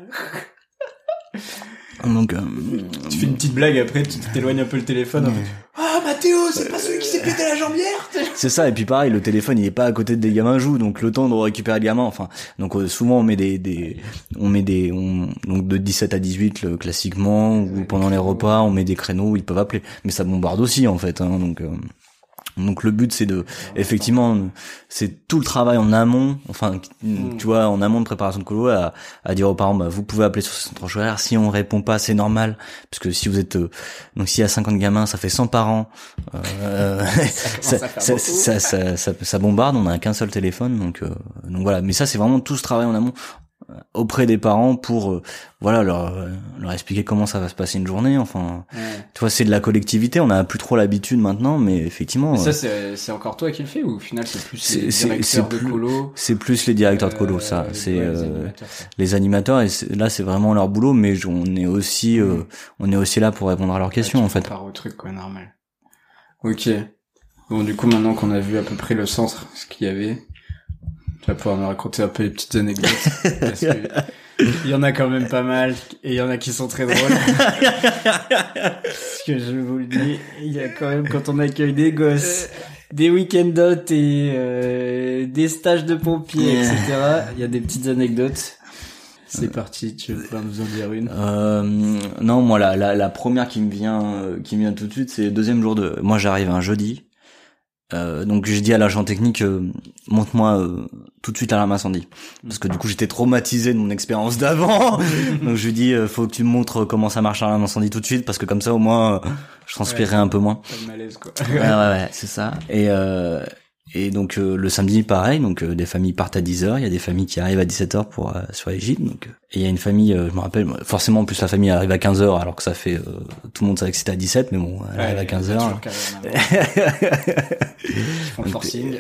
Donc tu fais une petite blague après, tu t'éloignes un peu le téléphone. Ah Mathéo, c'est pas celui qui s'est pété la jambière. C'est ça, et puis pareil, le téléphone il est pas à côté des gamins jouent, donc le temps de récupérer le gamin, enfin donc souvent on met donc de 17 à 18 classiquement, ou pendant les repas on met des créneaux où ils peuvent appeler, mais ça bombarde aussi en fait, hein, donc le but c'est effectivement c'est tout le travail en amont, enfin tu vois, en amont de préparation de colo, à dire aux parents vous pouvez appeler sur ce centre horaire, si on répond pas c'est normal, parce que si vous êtes donc s'il y a 50 gamins ça fait 100 parents, ça bombarde, on a qu'un seul téléphone, donc voilà, mais ça c'est vraiment tout ce travail en amont. auprès des parents pour voilà leur expliquer comment ça va se passer une journée. Enfin, tu vois, c'est de la collectivité. On a plus trop l'habitude maintenant, mais effectivement. Mais ça, c'est encore toi qui le fais ou au final c'est plus les directeurs de colo? C'est plus les directeurs de colo, ça. C'est les animateurs et là c'est vraiment leur boulot, mais on est aussi là pour répondre à leurs questions en fait. Par au truc quoi, normal. Ok. Bon, du coup, maintenant qu'on a vu à peu près le centre, ce qu'il y avait, tu vas pouvoir me raconter un peu les petites anecdotes. Parce que il y en a quand même pas mal, et il y en a qui sont très drôles. Parce que je vous le dis, il y a quand même, quand on accueille des gosses, des week-end dots et des stages de pompiers, etc., il y a des petites anecdotes. C'est parti, tu vas nous en dire une? Non, moi, la première qui me vient tout de suite, c'est le deuxième jour moi, j'arrive un jeudi. Donc je dis à l'agent technique montre-moi tout de suite l'alarme incendie parce que du coup j'étais traumatisé de mon expérience d'avant. Donc je lui dis faut que tu me montres comment ça marche l'alarme incendie tout de suite parce que comme ça au moins je transpirerai un peu moins. Pas de malaise quoi. Ouais, c'est ça. Et donc le samedi pareil, donc des familles partent à 10h, il y a des familles qui arrivent à 17h pour sur les gîtes, donc et il y a une famille, je me rappelle forcément en plus la famille arrive à 15h alors que ça fait tout le monde savait que c'était à 17 mais bon, elle arrive à 15h. Ils font le forcing.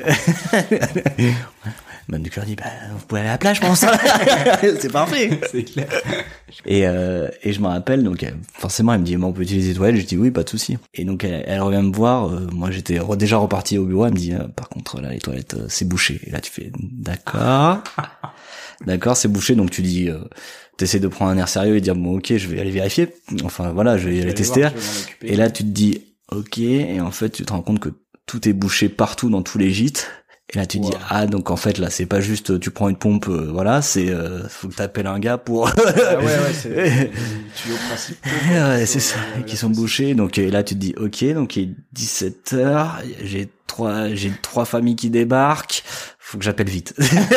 Même du cœur dit vous pouvez aller à la plage je pense. C'est parfait. C'est clair. Et je me rappelle donc forcément elle me dit on peut utiliser les toilettes, je dis oui pas de souci. Et donc elle revient me voir, moi j'étais déjà reparti au bureau, elle me dit par contre là les toilettes c'est bouché. Et là tu fais d'accord c'est bouché, donc tu dis t'essaies de prendre un air sérieux et dire bon ok je vais aller vérifier, enfin voilà je vais aller tester. Et là tu te dis ok, et en fait tu te rends compte que tout est bouché partout dans tous les gîtes. Et là tu dis donc en fait là c'est pas juste tu prends une pompe voilà, c'est faut que t'appelles un gars pour c'est les tuyaux principaux c'est ça qui sont bouchés. Donc et là tu te dis ok, donc il est 17h, j'ai trois familles qui débarquent, faut que j'appelle vite.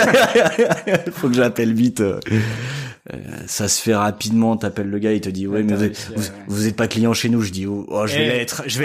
Ça se fait rapidement, t'appelles le gars, il te dit ouais mais vous êtes pas client chez nous. Je dis je vais l'être. Je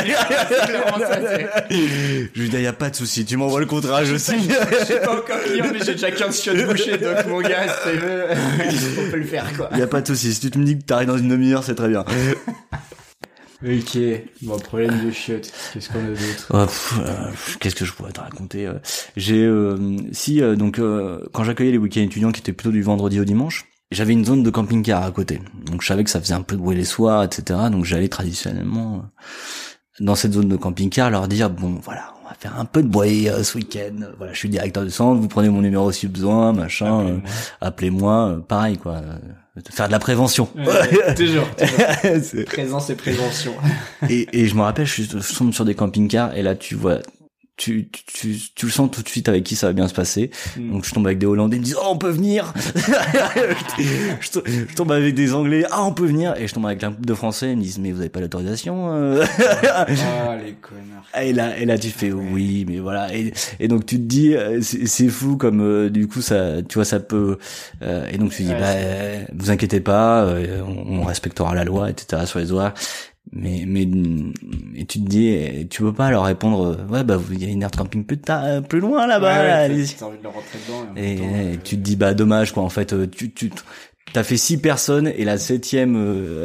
lui dis y a pas de souci, tu m'envoies le contrat, je signe. Je suis pas encore client mais j'ai déjà 15 chiottes bouchées, donc mon gars on peut le faire quoi. Y a pas de souci, si tu me dis que t'arrives dans une demi-heure c'est très bien. Ok, bon, problème de chiottes, qu'est-ce qu'on a d'autre? Qu'est-ce que je pourrais te raconter? J'ai donc quand j'accueillais les week-ends étudiants qui étaient plutôt du vendredi au dimanche, j'avais une zone de camping-car à côté. Donc je savais que ça faisait un peu de bruit les soirs, etc. Donc j'allais traditionnellement dans cette zone de camping-car leur dire bon voilà, on va faire un peu de bruit ce week-end. Voilà, je suis directeur du centre, vous prenez mon numéro si besoin, machin, appelez-moi, pareil quoi. Faire de la prévention. Toujours. Présence et prévention. et je me rappelle, je tombe sur des camping-cars et là tu vois, tu le sens tout de suite avec qui ça va bien se passer. Donc je tombe avec des Hollandais, ils me disent on peut venir. je tombe avec des Anglais, on peut venir. Et je tombe avec un couple de Français, ils me disent mais vous avez pas l'autorisation les connards. Et là tu fais oui mais voilà, et donc tu te dis c'est fou comme du coup ça tu vois ça peut et donc tu te dis vous inquiétez pas, on respectera la loi etc sur les horaires. Mais et tu te dis tu peux pas leur répondre il y a une aire de camping plus loin là-bas allez-y. T'as envie de leur rentrer dedans et tu te dis dommage quoi en fait t'as fait 6 personnes et la septième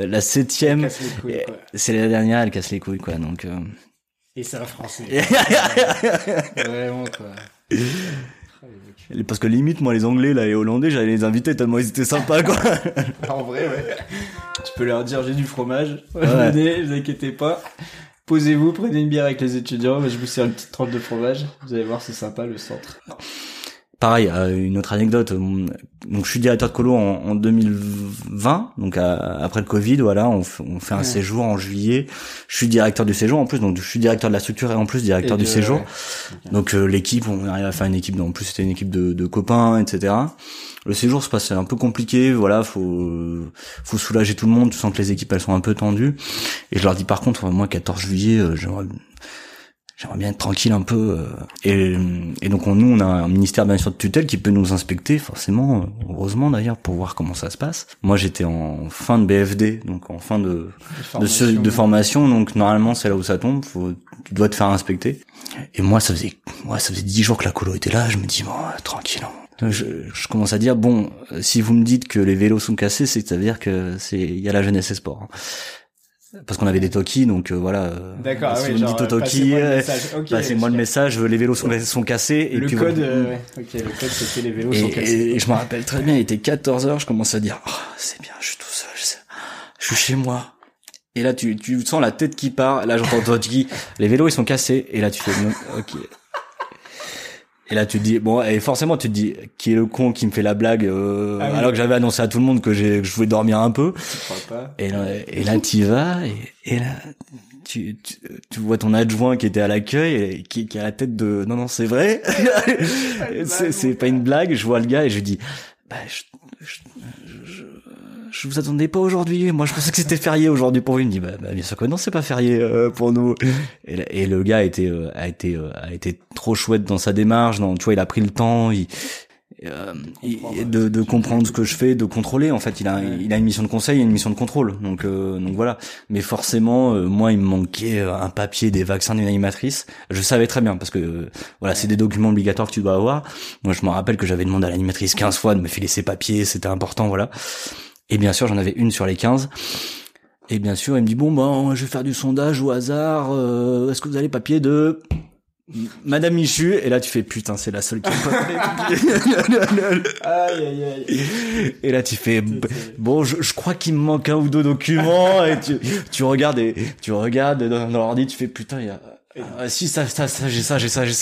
c'est la dernière, elle casse les couilles quoi, donc et c'est un français. Vraiment quoi. Parce que limite moi les Anglais là, les Hollandais, j'allais les inviter tellement ils étaient sympas quoi. En vrai tu peux leur dire j'ai du fromage, venez, vous inquiétez pas, posez-vous, prenez une bière avec les étudiants, je vous sers une petite tranche de fromage, vous allez voir c'est sympa le centre. Pareil, une autre anecdote. Donc je suis directeur de colo en 2020, donc après le Covid, voilà, on fait un séjour en juillet. Je suis directeur du séjour en plus, donc je suis directeur de la structure et en plus directeur du séjour. Okay. Donc l'équipe, on arrive à faire une équipe. En plus c'était une équipe de copains, etc. Le séjour se passe un peu compliqué, voilà, faut soulager tout le monde. Tu sens que les équipes elles sont un peu tendues. Et je leur dis par contre, moi 14 juillet, j'aimerais bien être tranquille un peu et donc nous on a un ministère bien sûr de tutelle qui peut nous inspecter forcément, heureusement d'ailleurs, pour voir comment ça se passe. Moi j'étais en fin de BFD, donc en fin de formation, donc normalement c'est là où ça tombe, tu dois te faire inspecter. Et moi ça faisait 10 jours que la colo était là, je me dis bon tranquille, je commence à dire bon, si vous me dites que les vélos sont cassés, c'est que ça veut dire que il y a la jeunesse et sport. Hein. Parce qu'on avait des talkies, donc voilà. D'accord, si oui, vous me dites au talkie, passez-moi le message, les vélos sont cassés. Et le puis code, le code c'était les vélos sont cassés. Et je me rappelle très bien, il était 14h, je commence à dire, oh, c'est bien, je suis tout seul, je suis chez moi. Et là, tu sens la tête qui part, là j'entends toi qui dis, les vélos ils sont cassés, et là tu fais, ok. Et là tu te dis bon, et forcément tu te dis qui est le con qui me fait la blague alors que j'avais annoncé à tout le monde que je voulais dormir un peu. Tu crois pas. Et là tu y vas et là tu vois ton adjoint qui était à l'accueil et qui a la tête de non c'est vrai. c'est pas une blague, je vois le gars et je lui dis bah je vous attendais pas aujourd'hui. Moi, je pensais que c'était férié aujourd'hui pour vous. Il me dit, bah bien sûr que non, c'est pas férié pour nous. Et le gars a été trop chouette dans sa démarche. Tu vois, il a pris le temps, de comprendre ce que je fais, de contrôler. En fait, il a une mission de conseil et une mission de contrôle. Donc voilà. Mais forcément, moi, il me manquait un papier des vaccins d'une animatrice. Je savais très bien parce que voilà, c'est des documents obligatoires que tu dois avoir. Moi, je me rappelle que j'avais demandé à l'animatrice 15 fois de me filer ses papiers. C'était important, voilà. Et bien sûr, j'en avais une sur les 15. Et bien sûr, il me dit, bon, je vais faire du sondage au hasard. Est-ce que vous avez les papiers de Madame Michu? Et là, tu fais, putain, c'est la seule qui me Aïe. Et là, tu fais, bon, je crois qu'il me manque un ou deux documents. Et tu regardes dans l'ordi, tu fais, putain, il y a... si ça j'ai ça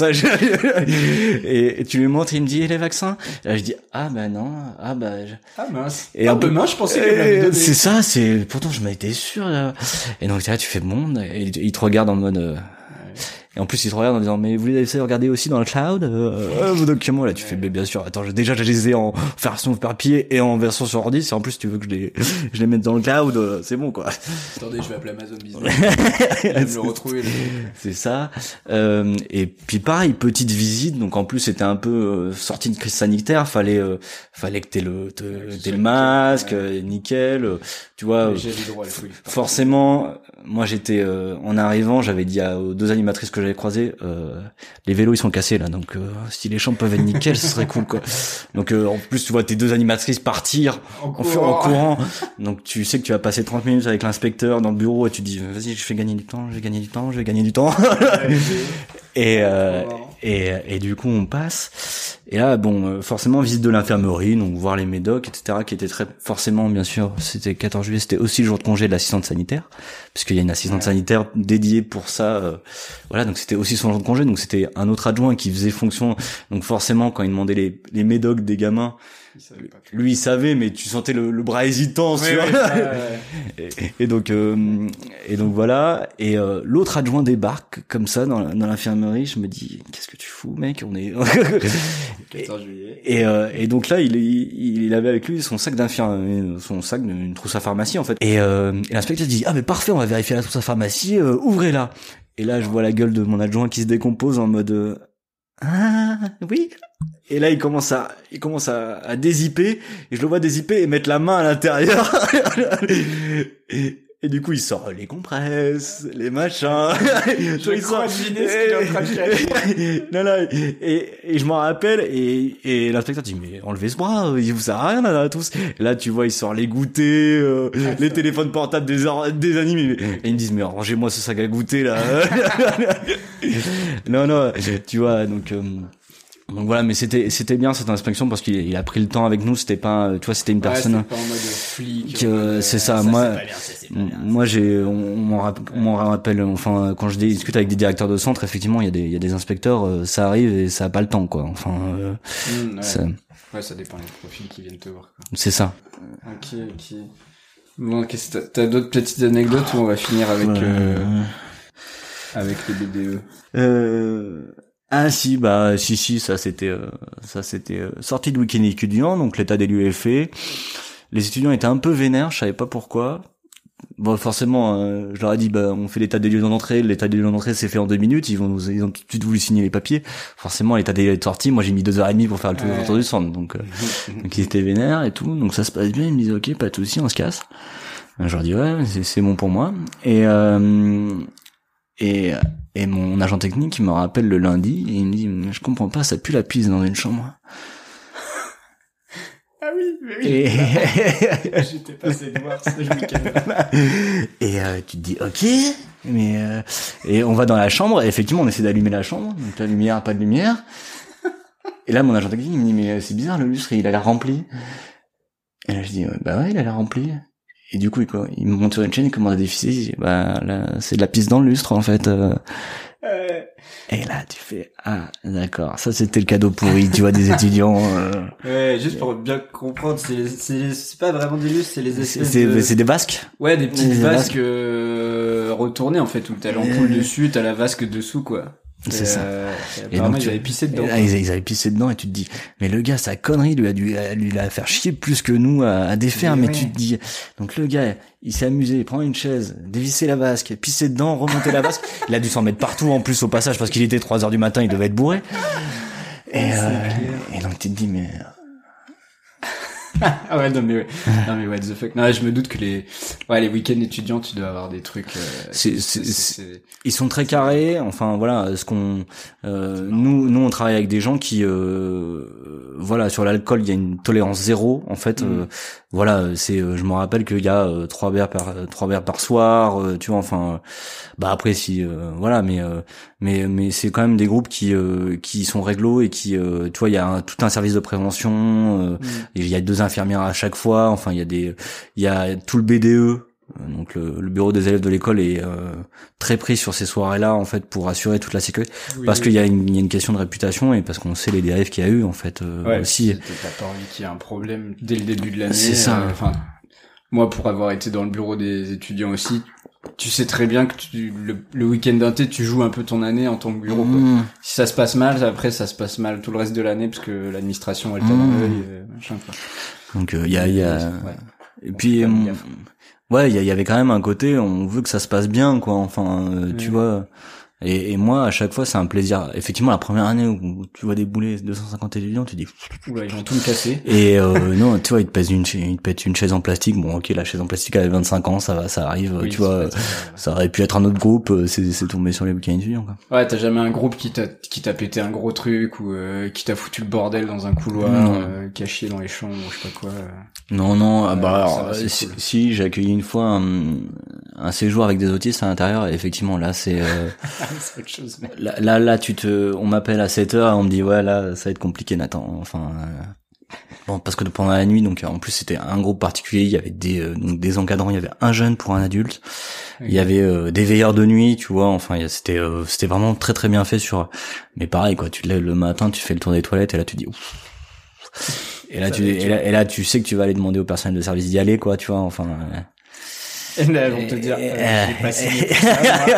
et tu lui montres, il me dit et les vaccins, et là je dis mince et un peu mince, je pensais qu'elle m'avait donné. C'est ça, c'est pourtant je m'étais sûr là. Et donc là tu fais bon, et il te regarde en mode et en plus il te regarde en disant mais vous les avez regardé aussi dans le cloud vos documents. Là tu fais mais bien sûr, attends, déjà je les ai en version papier et en version sur ordi, si en plus tu veux que je les mette dans le cloud, c'est bon quoi. Attendez, je vais appeler Amazon Business. Je vais me le retrouver là. C'est ça. Et puis pareil, petite visite, donc en plus c'était un peu sortie de crise sanitaire, fallait que t'aies le masque, nickel, tu vois. J'ai le droit, forcément, moi j'étais en arrivant, j'avais dit aux deux animatrices que j'avais croisées, les vélos ils sont cassés là, donc si les chambres peuvent être nickel, ce serait cool quoi. Donc en plus tu vois tes deux animatrices partir en courant, donc tu sais que tu vas passer 30 minutes avec l'inspecteur dans le bureau et tu te dis vas-y, je vais gagner du temps. Et du coup on passe, et là bon forcément visite de l'infirmerie, donc voir les médocs, etc., qui était très forcément, bien sûr, c'était 14 juillet, c'était aussi le jour de congé de l'assistante sanitaire, puisqu'il y a une assistante sanitaire dédiée pour ça, voilà, donc c'était aussi son jour de congé, donc c'était un autre adjoint qui faisait fonction, donc forcément quand il demandait les médocs des gamins, lui il savait, mais tu sentais le bras hésitant, tu vois. Et donc voilà, et l'autre adjoint débarque comme ça dans l'infirmerie, je me dis qu'est-ce que tu fous mec, on est 14 juillet. Et donc là il avait avec lui son sac d'une trousse à pharmacie en fait, et l'inspecteur dit ah mais parfait, on va vérifier la trousse à pharmacie, ouvrez-la. Et là je vois la gueule de mon adjoint qui se décompose en mode ah oui. Et là il commence à dézipper, et je le vois dézipper et mettre la main à l'intérieur. Et du coup il sort les compresses, les machins. Je crois deviner ce qu'il est en train de chercher. Non, et je m'en rappelle, et l'inspecteur dit mais enlevez ce bras, il vous sert à rien là tous. Et là tu vois il sort les goûters, les téléphones portables des animés, et ils me disent mais rangez-moi ce sac à goûter là. non, tu vois, donc voilà, mais c'était bien cette inspection parce qu'il a pris le temps avec nous, c'était pas, tu vois, c'était une personne pas en mode flic, c'est ça, moi on m'en rappelle, enfin quand je discute avec des directeurs de centre, effectivement il y a des inspecteurs, ça arrive et ça a pas le temps quoi, enfin ça dépend des profils qui viennent te voir quoi. C'est ça. Ok. Bon, t'as d'autres petites anecdotes ou on va finir avec avec les BDE? Ah si, ça c'était sortie de week-end étudiant, donc l'état des lieux est fait. Les étudiants étaient un peu vénères, je savais pas pourquoi. Bon, forcément, je leur ai dit on fait l'état des lieux d'entrée, l'état des lieux d'entrée c'est fait en 2 minutes, ils ont tout de suite voulu signer les papiers. Forcément, l'état des lieux de sortie, moi j'ai mis 2h30 pour faire le tour du centre, donc ils étaient vénères et tout, donc ça se passe bien, ils me disent OK, pas de souci, on se casse. Je leur dis ouais, c'est bon pour moi. Et mon agent technique, il me rappelle le lundi, et il me dit, je comprends pas, ça pue la pisse dans une chambre. mais oui. Et J'étais passé de voir ce week-end. et tu te dis ok, mais et on va dans la chambre. Et effectivement, on essaie d'allumer la chambre. Donc la lumière, pas de lumière. Et là, mon agent technique il me dit mais c'est bizarre, le lustre il a l'air rempli. Et là je dis bah ouais, il a l'air rempli. Et du coup il me monte sur une chaîne, il commence à dévisser. Je dis bah là c'est de la pisse dans le lustre en fait. Et là tu fais ah d'accord, ça c'était le cadeau pourri, tu vois, des étudiants. Ouais, juste pour bien comprendre, c'est pas vraiment des lustres, c'est les espèces C'est des vasques. Ouais, des petites Des vasques retournées en fait, où t'as l'ampoule dessus, t'as la vasque dessous quoi. C'est ça. Et apparemment ils avaient pissé dedans. Ils avaient pissé dedans et tu te dis mais le gars sa connerie lui l'a faire chier plus que nous à défaire, mais tu te dis donc le gars il s'est amusé, il prend une chaise, dévisser la vasque, pisser dedans, remonter la vasque, il a dû s'en mettre partout en plus au passage parce qu'il était 3h du matin, il devait être bourré. Et donc tu te dis mais ah ouais, non mais what the fuck. Non, je me doute que les week-ends étudiants, tu dois avoir des trucs. Ils sont très carrés. Enfin voilà, ce qu'on nous on travaille avec des gens qui voilà, sur l'alcool il y a une tolérance zéro en fait. Voilà, c'est je me rappelle qu'il y a 3 bières par soir. Tu vois, enfin bah après si voilà, mais c'est quand même des groupes qui sont réglo et qui tu vois il y a tout un service de prévention. Il y a 2 infirmières à chaque fois. Enfin il y a tout le BDE. Donc le bureau des élèves de l'école est très pris sur ces soirées-là en fait pour assurer toute la sécurité, parce qu'il y a une question de réputation et parce qu'on sait les dérives qu'il y a eu en fait aussi. T'as pas envie qu'il y ait un problème dès le début de l'année. C'est ça. Enfin, moi pour avoir été dans le bureau des étudiants aussi, tu sais très bien que le week-end d'inté tu joues un peu ton année en tant que bureau. Quoi. Si ça se passe mal, après ça se passe mal tout le reste de l'année parce que l'administration elle t'a dans l'œil, machin quoi. Donc il y a et puis ouais, il y avait quand même un côté, on veut que ça se passe bien, quoi. Enfin, tu vois. Et moi, à chaque fois, c'est un plaisir. Effectivement, la première année où tu vois débouler 250 étudiants, tu dis. Oula, ils vont tout me casser. Et non, tu vois, ils te pètent une chaise en plastique. Bon, ok, la chaise en plastique avait 25 ans, ça arrive. Oui, tu vois, ça aurait pu être un autre groupe. C'est tombé sur les week-ends étudiants, quoi. Ouais, t'as jamais un groupe qui t'a pété un gros truc ou qui t'a foutu le bordel dans un couloir, caché dans les champs ou je sais pas quoi. Non, alors, si j'ai accueilli une fois un séjour avec des autistes à l'intérieur, et effectivement là c'est c'est autre chose. Mais... Là on m'appelle à 7h et on me dit ouais là ça va être compliqué Nathan. Enfin bon parce que pendant la nuit donc en plus c'était un groupe particulier, il y avait des encadrants, il y avait un jeune pour un adulte, il y avait des veilleurs de nuit, tu vois, enfin c'était vraiment très très bien fait mais pareil quoi, tu te lèves le matin, tu fais le tour des toilettes et là tu dis ouf. Et là tu sais que tu vas aller demander au personnel de service d'y aller quoi, tu vois, enfin et là, ils vont te dire, j'ai pas signé pour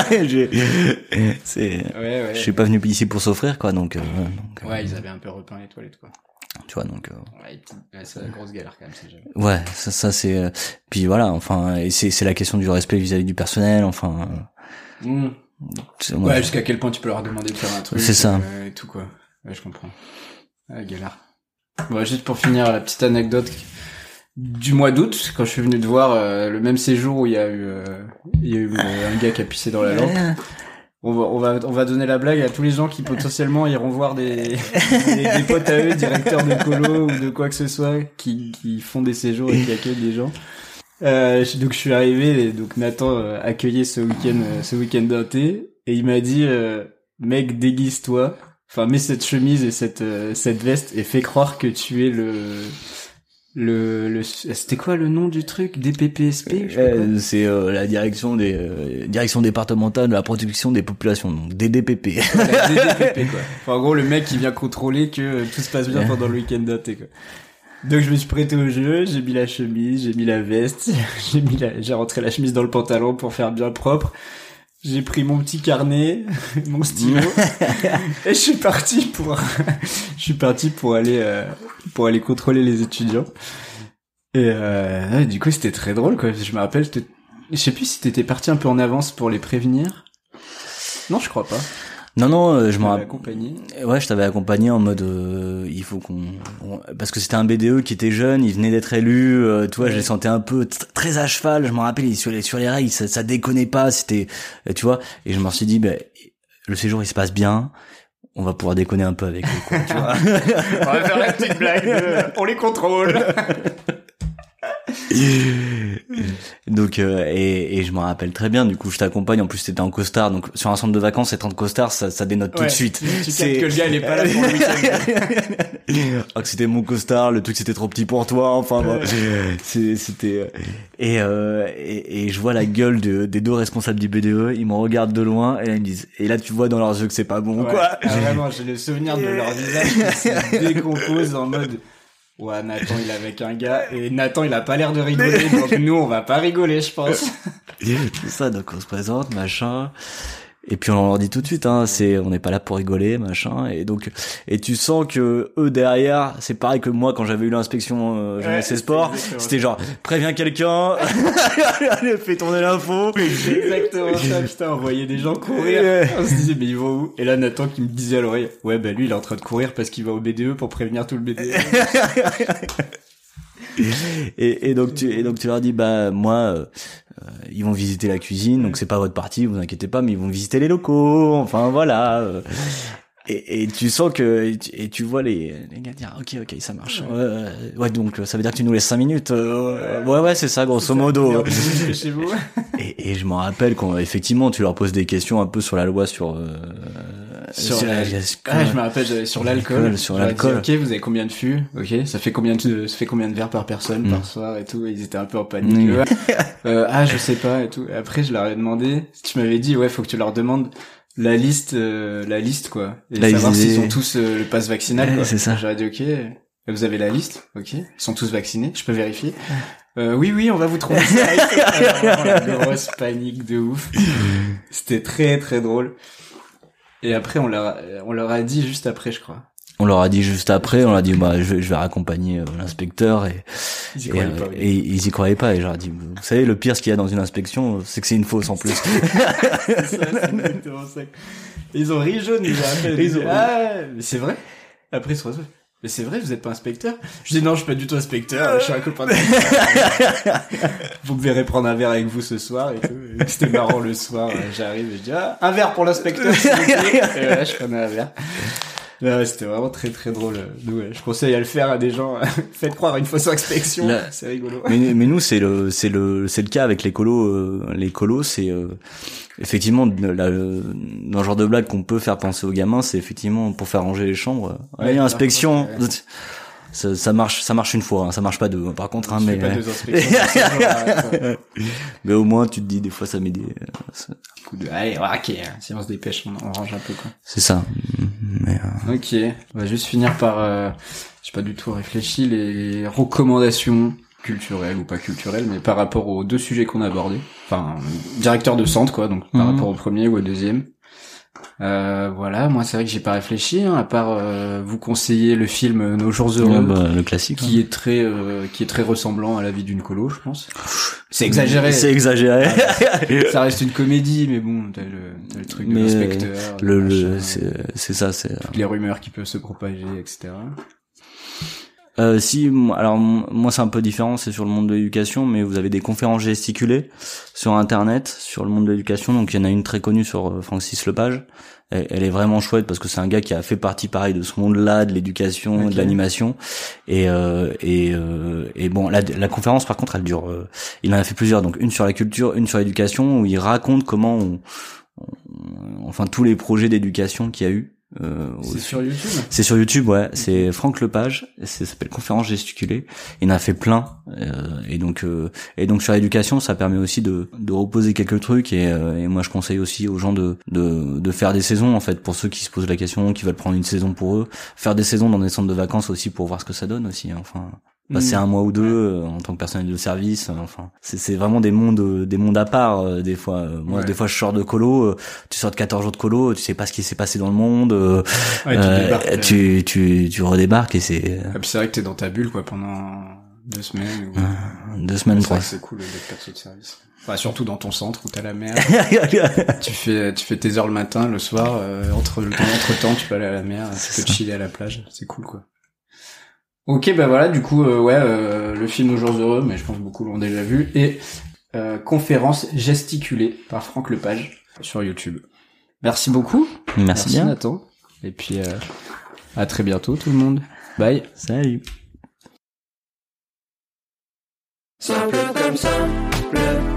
ça, moi. Je suis pas venu ici pour s'offrir, quoi, donc ouais, ils avaient un peu repeint les toilettes, quoi. Tu vois, donc, c'est la grosse galère, quand même, c'est jamais. Ouais, ça, c'est, puis voilà, enfin, et c'est la question du respect vis-à-vis du personnel, enfin. Ouais, jusqu'à quel point tu peux leur demander de faire un truc. C'est ça. Et tout, quoi. Ouais, je comprends. Ouais, galère. Bon, juste pour finir, la petite anecdote du mois d'août, quand je suis venu te voir, le même séjour où il y a eu un gars qui a pissé dans la lampe. On va donner la blague à tous les gens qui potentiellement iront voir des potes à eux, directeurs de colo ou de quoi que ce soit, qui font des séjours et qui accueillent des gens. Donc je suis arrivé et donc Nathan accueillait ce week-end d'inté et il m'a dit mec, déguise-toi, enfin mets cette chemise et cette veste et fais croire que tu es c'était quoi le nom du truc? DPPSP? C'est la direction départementale de la protection des populations, donc DDPP. Voilà, DDPP quoi. Enfin, en gros le mec qui vient contrôler que tout se passe bien pendant le week-end d'inté quoi. Donc je me suis prêté au jeu, j'ai mis la chemise, j'ai mis la veste, j'ai rentré la chemise dans le pantalon pour faire bien propre. J'ai pris mon petit carnet, mon stylo, et je suis parti pour aller contrôler les étudiants. Et du coup, c'était très drôle, quoi. Je me rappelle, je sais plus si t'étais parti un peu en avance pour les prévenir. Non, je crois pas. Non, je m'en accompagné. Ouais, je t'avais accompagné en mode il faut parce que c'était un BDE qui était jeune, il venait d'être élu, tu vois, je les sentais un peu très à cheval, je me rappelle sur les règles, ça déconnait pas, c'était tu vois, et je me suis dit le séjour il se passe bien. on va pouvoir déconner un peu avec eux, quoi, tu vois. On va faire la petite blague on les contrôle. Donc et je me rappelle très bien, du coup je t'accompagne, en plus t'étais en costard, donc sur un centre de vacances être en costard ça dénote tout de suite. Tu captes que le gars il est pas là pour le week-end. Ah, que c'était mon costard, le truc c'était trop petit pour toi, enfin bon, c'était et je vois la gueule des deux responsables du BDE, ils me regardent de loin et là, ils me disent, et là tu vois dans leurs yeux que c'est pas bon, quoi. Ah, vraiment, j'ai le souvenir de leur visage qui se décompose en mode ouais, Nathan il est avec un gars et Nathan il a pas l'air de rigoler, donc nous on va pas rigoler, je pense. C'est ça, donc on se présente, machin. Et puis on leur dit tout de suite, hein, on n'est pas là pour rigoler, machin. Et donc, et tu sens que eux derrière, c'est pareil que moi quand j'avais eu l'inspection jeunesse et sport, c'était genre préviens quelqu'un, fais tourner l'info. C'est exactement ça, putain, on voyait des gens courir. On se disait mais ils vont où? Et là Nathan qui me disait à l'oreille, ouais bah lui il est en train de courir parce qu'il va au BDE pour prévenir tout le BDE. et donc tu leur dis bah moi ils vont visiter la cuisine, donc c'est pas votre partie, vous inquiétez pas, mais ils vont visiter les locaux, enfin voilà. Et tu sens que et tu vois les gars dire ok ça marche. Ouais donc ça veut dire que tu nous laisses 5 minutes. Ouais c'est ça grosso modo. Chez vous. Et je m'en rappelle quand effectivement tu leur poses des questions un peu sur la loi sur je me rappelle sur l'alcool. Sur l'alcool. Ok, vous avez combien de fûts? Ok, ça fait combien de verres par personne par soir et tout. Ils étaient un peu en panique. Je sais pas et tout. Et après je leur ai demandé, tu m'avais dit ouais faut que tu leur demandes la liste quoi, et là, savoir s'ils ont tous le pass vaccinal quoi. C'est ça. J'aurais dit ok, vous avez la liste, ok, ils sont tous vaccinés, je peux vérifier. Oui, on va vous trouver ça. La grosse panique de ouf. C'était très très drôle. Et après on leur a dit juste après, je crois. On leur a dit juste après, on leur a dit bah je vais raccompagner l'inspecteur et ils y croyaient pas et j'aurais dit vous savez le pire ce qu'il y a dans une inspection c'est que c'est une fausse en plus. C'est exactement ça. Ils ont ri jaune, mais c'est vrai. Après ils se retrouvent. Mais c'est vrai, vous êtes pas inspecteur? Je dis non, je suis pas du tout inspecteur, je suis un copain de... Vous me verrez prendre un verre avec vous ce soir et tout. Et c'était marrant le soir, j'arrive et je dis un verre pour l'inspecteur s'il vous plaît. Et là je prenais un verre. Ouais, c'était vraiment très très drôle. Donc, ouais, je conseille à le faire à des gens. Faites croire à une fausse inspection, c'est rigolo. Mais nous c'est le cas avec les colos. Les colos c'est effectivement dans le genre de blague qu'on peut faire penser aux gamins, c'est effectivement pour faire ranger les chambres. Ouais, inspection. Ouais. Ça marche une fois, hein, ça marche pas deux. Par contre, hein, mais pas deux inspections. Mais au moins tu te dis des fois ça met des coup de allez, ok, si on se dépêche, on range un peu quoi. C'est ça. Mais ok, on va juste finir par j'ai pas du tout réfléchi les recommandations culturelles ou pas culturelles, mais par rapport aux deux sujets qu'on a abordés. Enfin, directeur de centre quoi, donc par rapport au premier ou au deuxième. Voilà, moi c'est vrai que j'ai pas réfléchi, hein, à part vous conseiller le film Nos jours heureux, le classique, qui est très ressemblant à la vie d'une colo, je pense. C'est exagéré. C'est exagéré. Ça reste une comédie, mais bon, t'as le truc de l'inspecteur. C'est ça, c'est les rumeurs qui peuvent se propager, etc. Alors moi c'est un peu différent, c'est sur le monde de l'éducation, mais vous avez des conférences gesticulées sur internet sur le monde de l'éducation, donc il y en a une très connue sur Francis Lepage. Elle est vraiment chouette parce que c'est un gars qui a fait partie pareil de ce monde-là, de l'éducation, okay, de l'animation, et bon la conférence par contre elle dure, il en a fait plusieurs, donc une sur la culture, une sur l'éducation, où il raconte comment enfin tous les projets d'éducation qu'il y a eu. C'est sur YouTube. C'est sur YouTube, ouais. C'est Franck Lepage. Ça s'appelle Conférence gesticulée. Il en a fait plein. Et donc sur l'éducation, ça permet aussi de reposer quelques trucs. Et moi, je conseille aussi aux gens de faire des saisons, en fait, pour ceux qui se posent la question, qui veulent prendre une saison pour eux. Faire des saisons dans des centres de vacances aussi pour voir ce que ça donne aussi. Enfin, passer un mois ou deux en tant que personnel de service. Enfin, c'est vraiment des mondes à part. Des fois, moi, des fois, je sors de colo. Tu sors de 14 jours de colo, tu sais pas ce qui s'est passé dans le monde. Tu redébarques et c'est. Et puis c'est vrai que t'es dans ta bulle quoi pendant 2 semaines. 2 semaines, 3. C'est cool d'être perso de service. Enfin, surtout dans ton centre où t'as la mer. tu fais tes heures le matin, le soir, entre temps, tu peux aller à la mer, tu peux chiller à la plage. C'est cool quoi. Ok, bah voilà, du coup, le film Nos jours heureux, mais je pense que beaucoup l'ont déjà vu, et conférence gesticulée par Franck Lepage sur YouTube. Merci beaucoup. Merci bien. Nathan. Et puis à très bientôt tout le monde. Bye. Salut. Simple comme simple.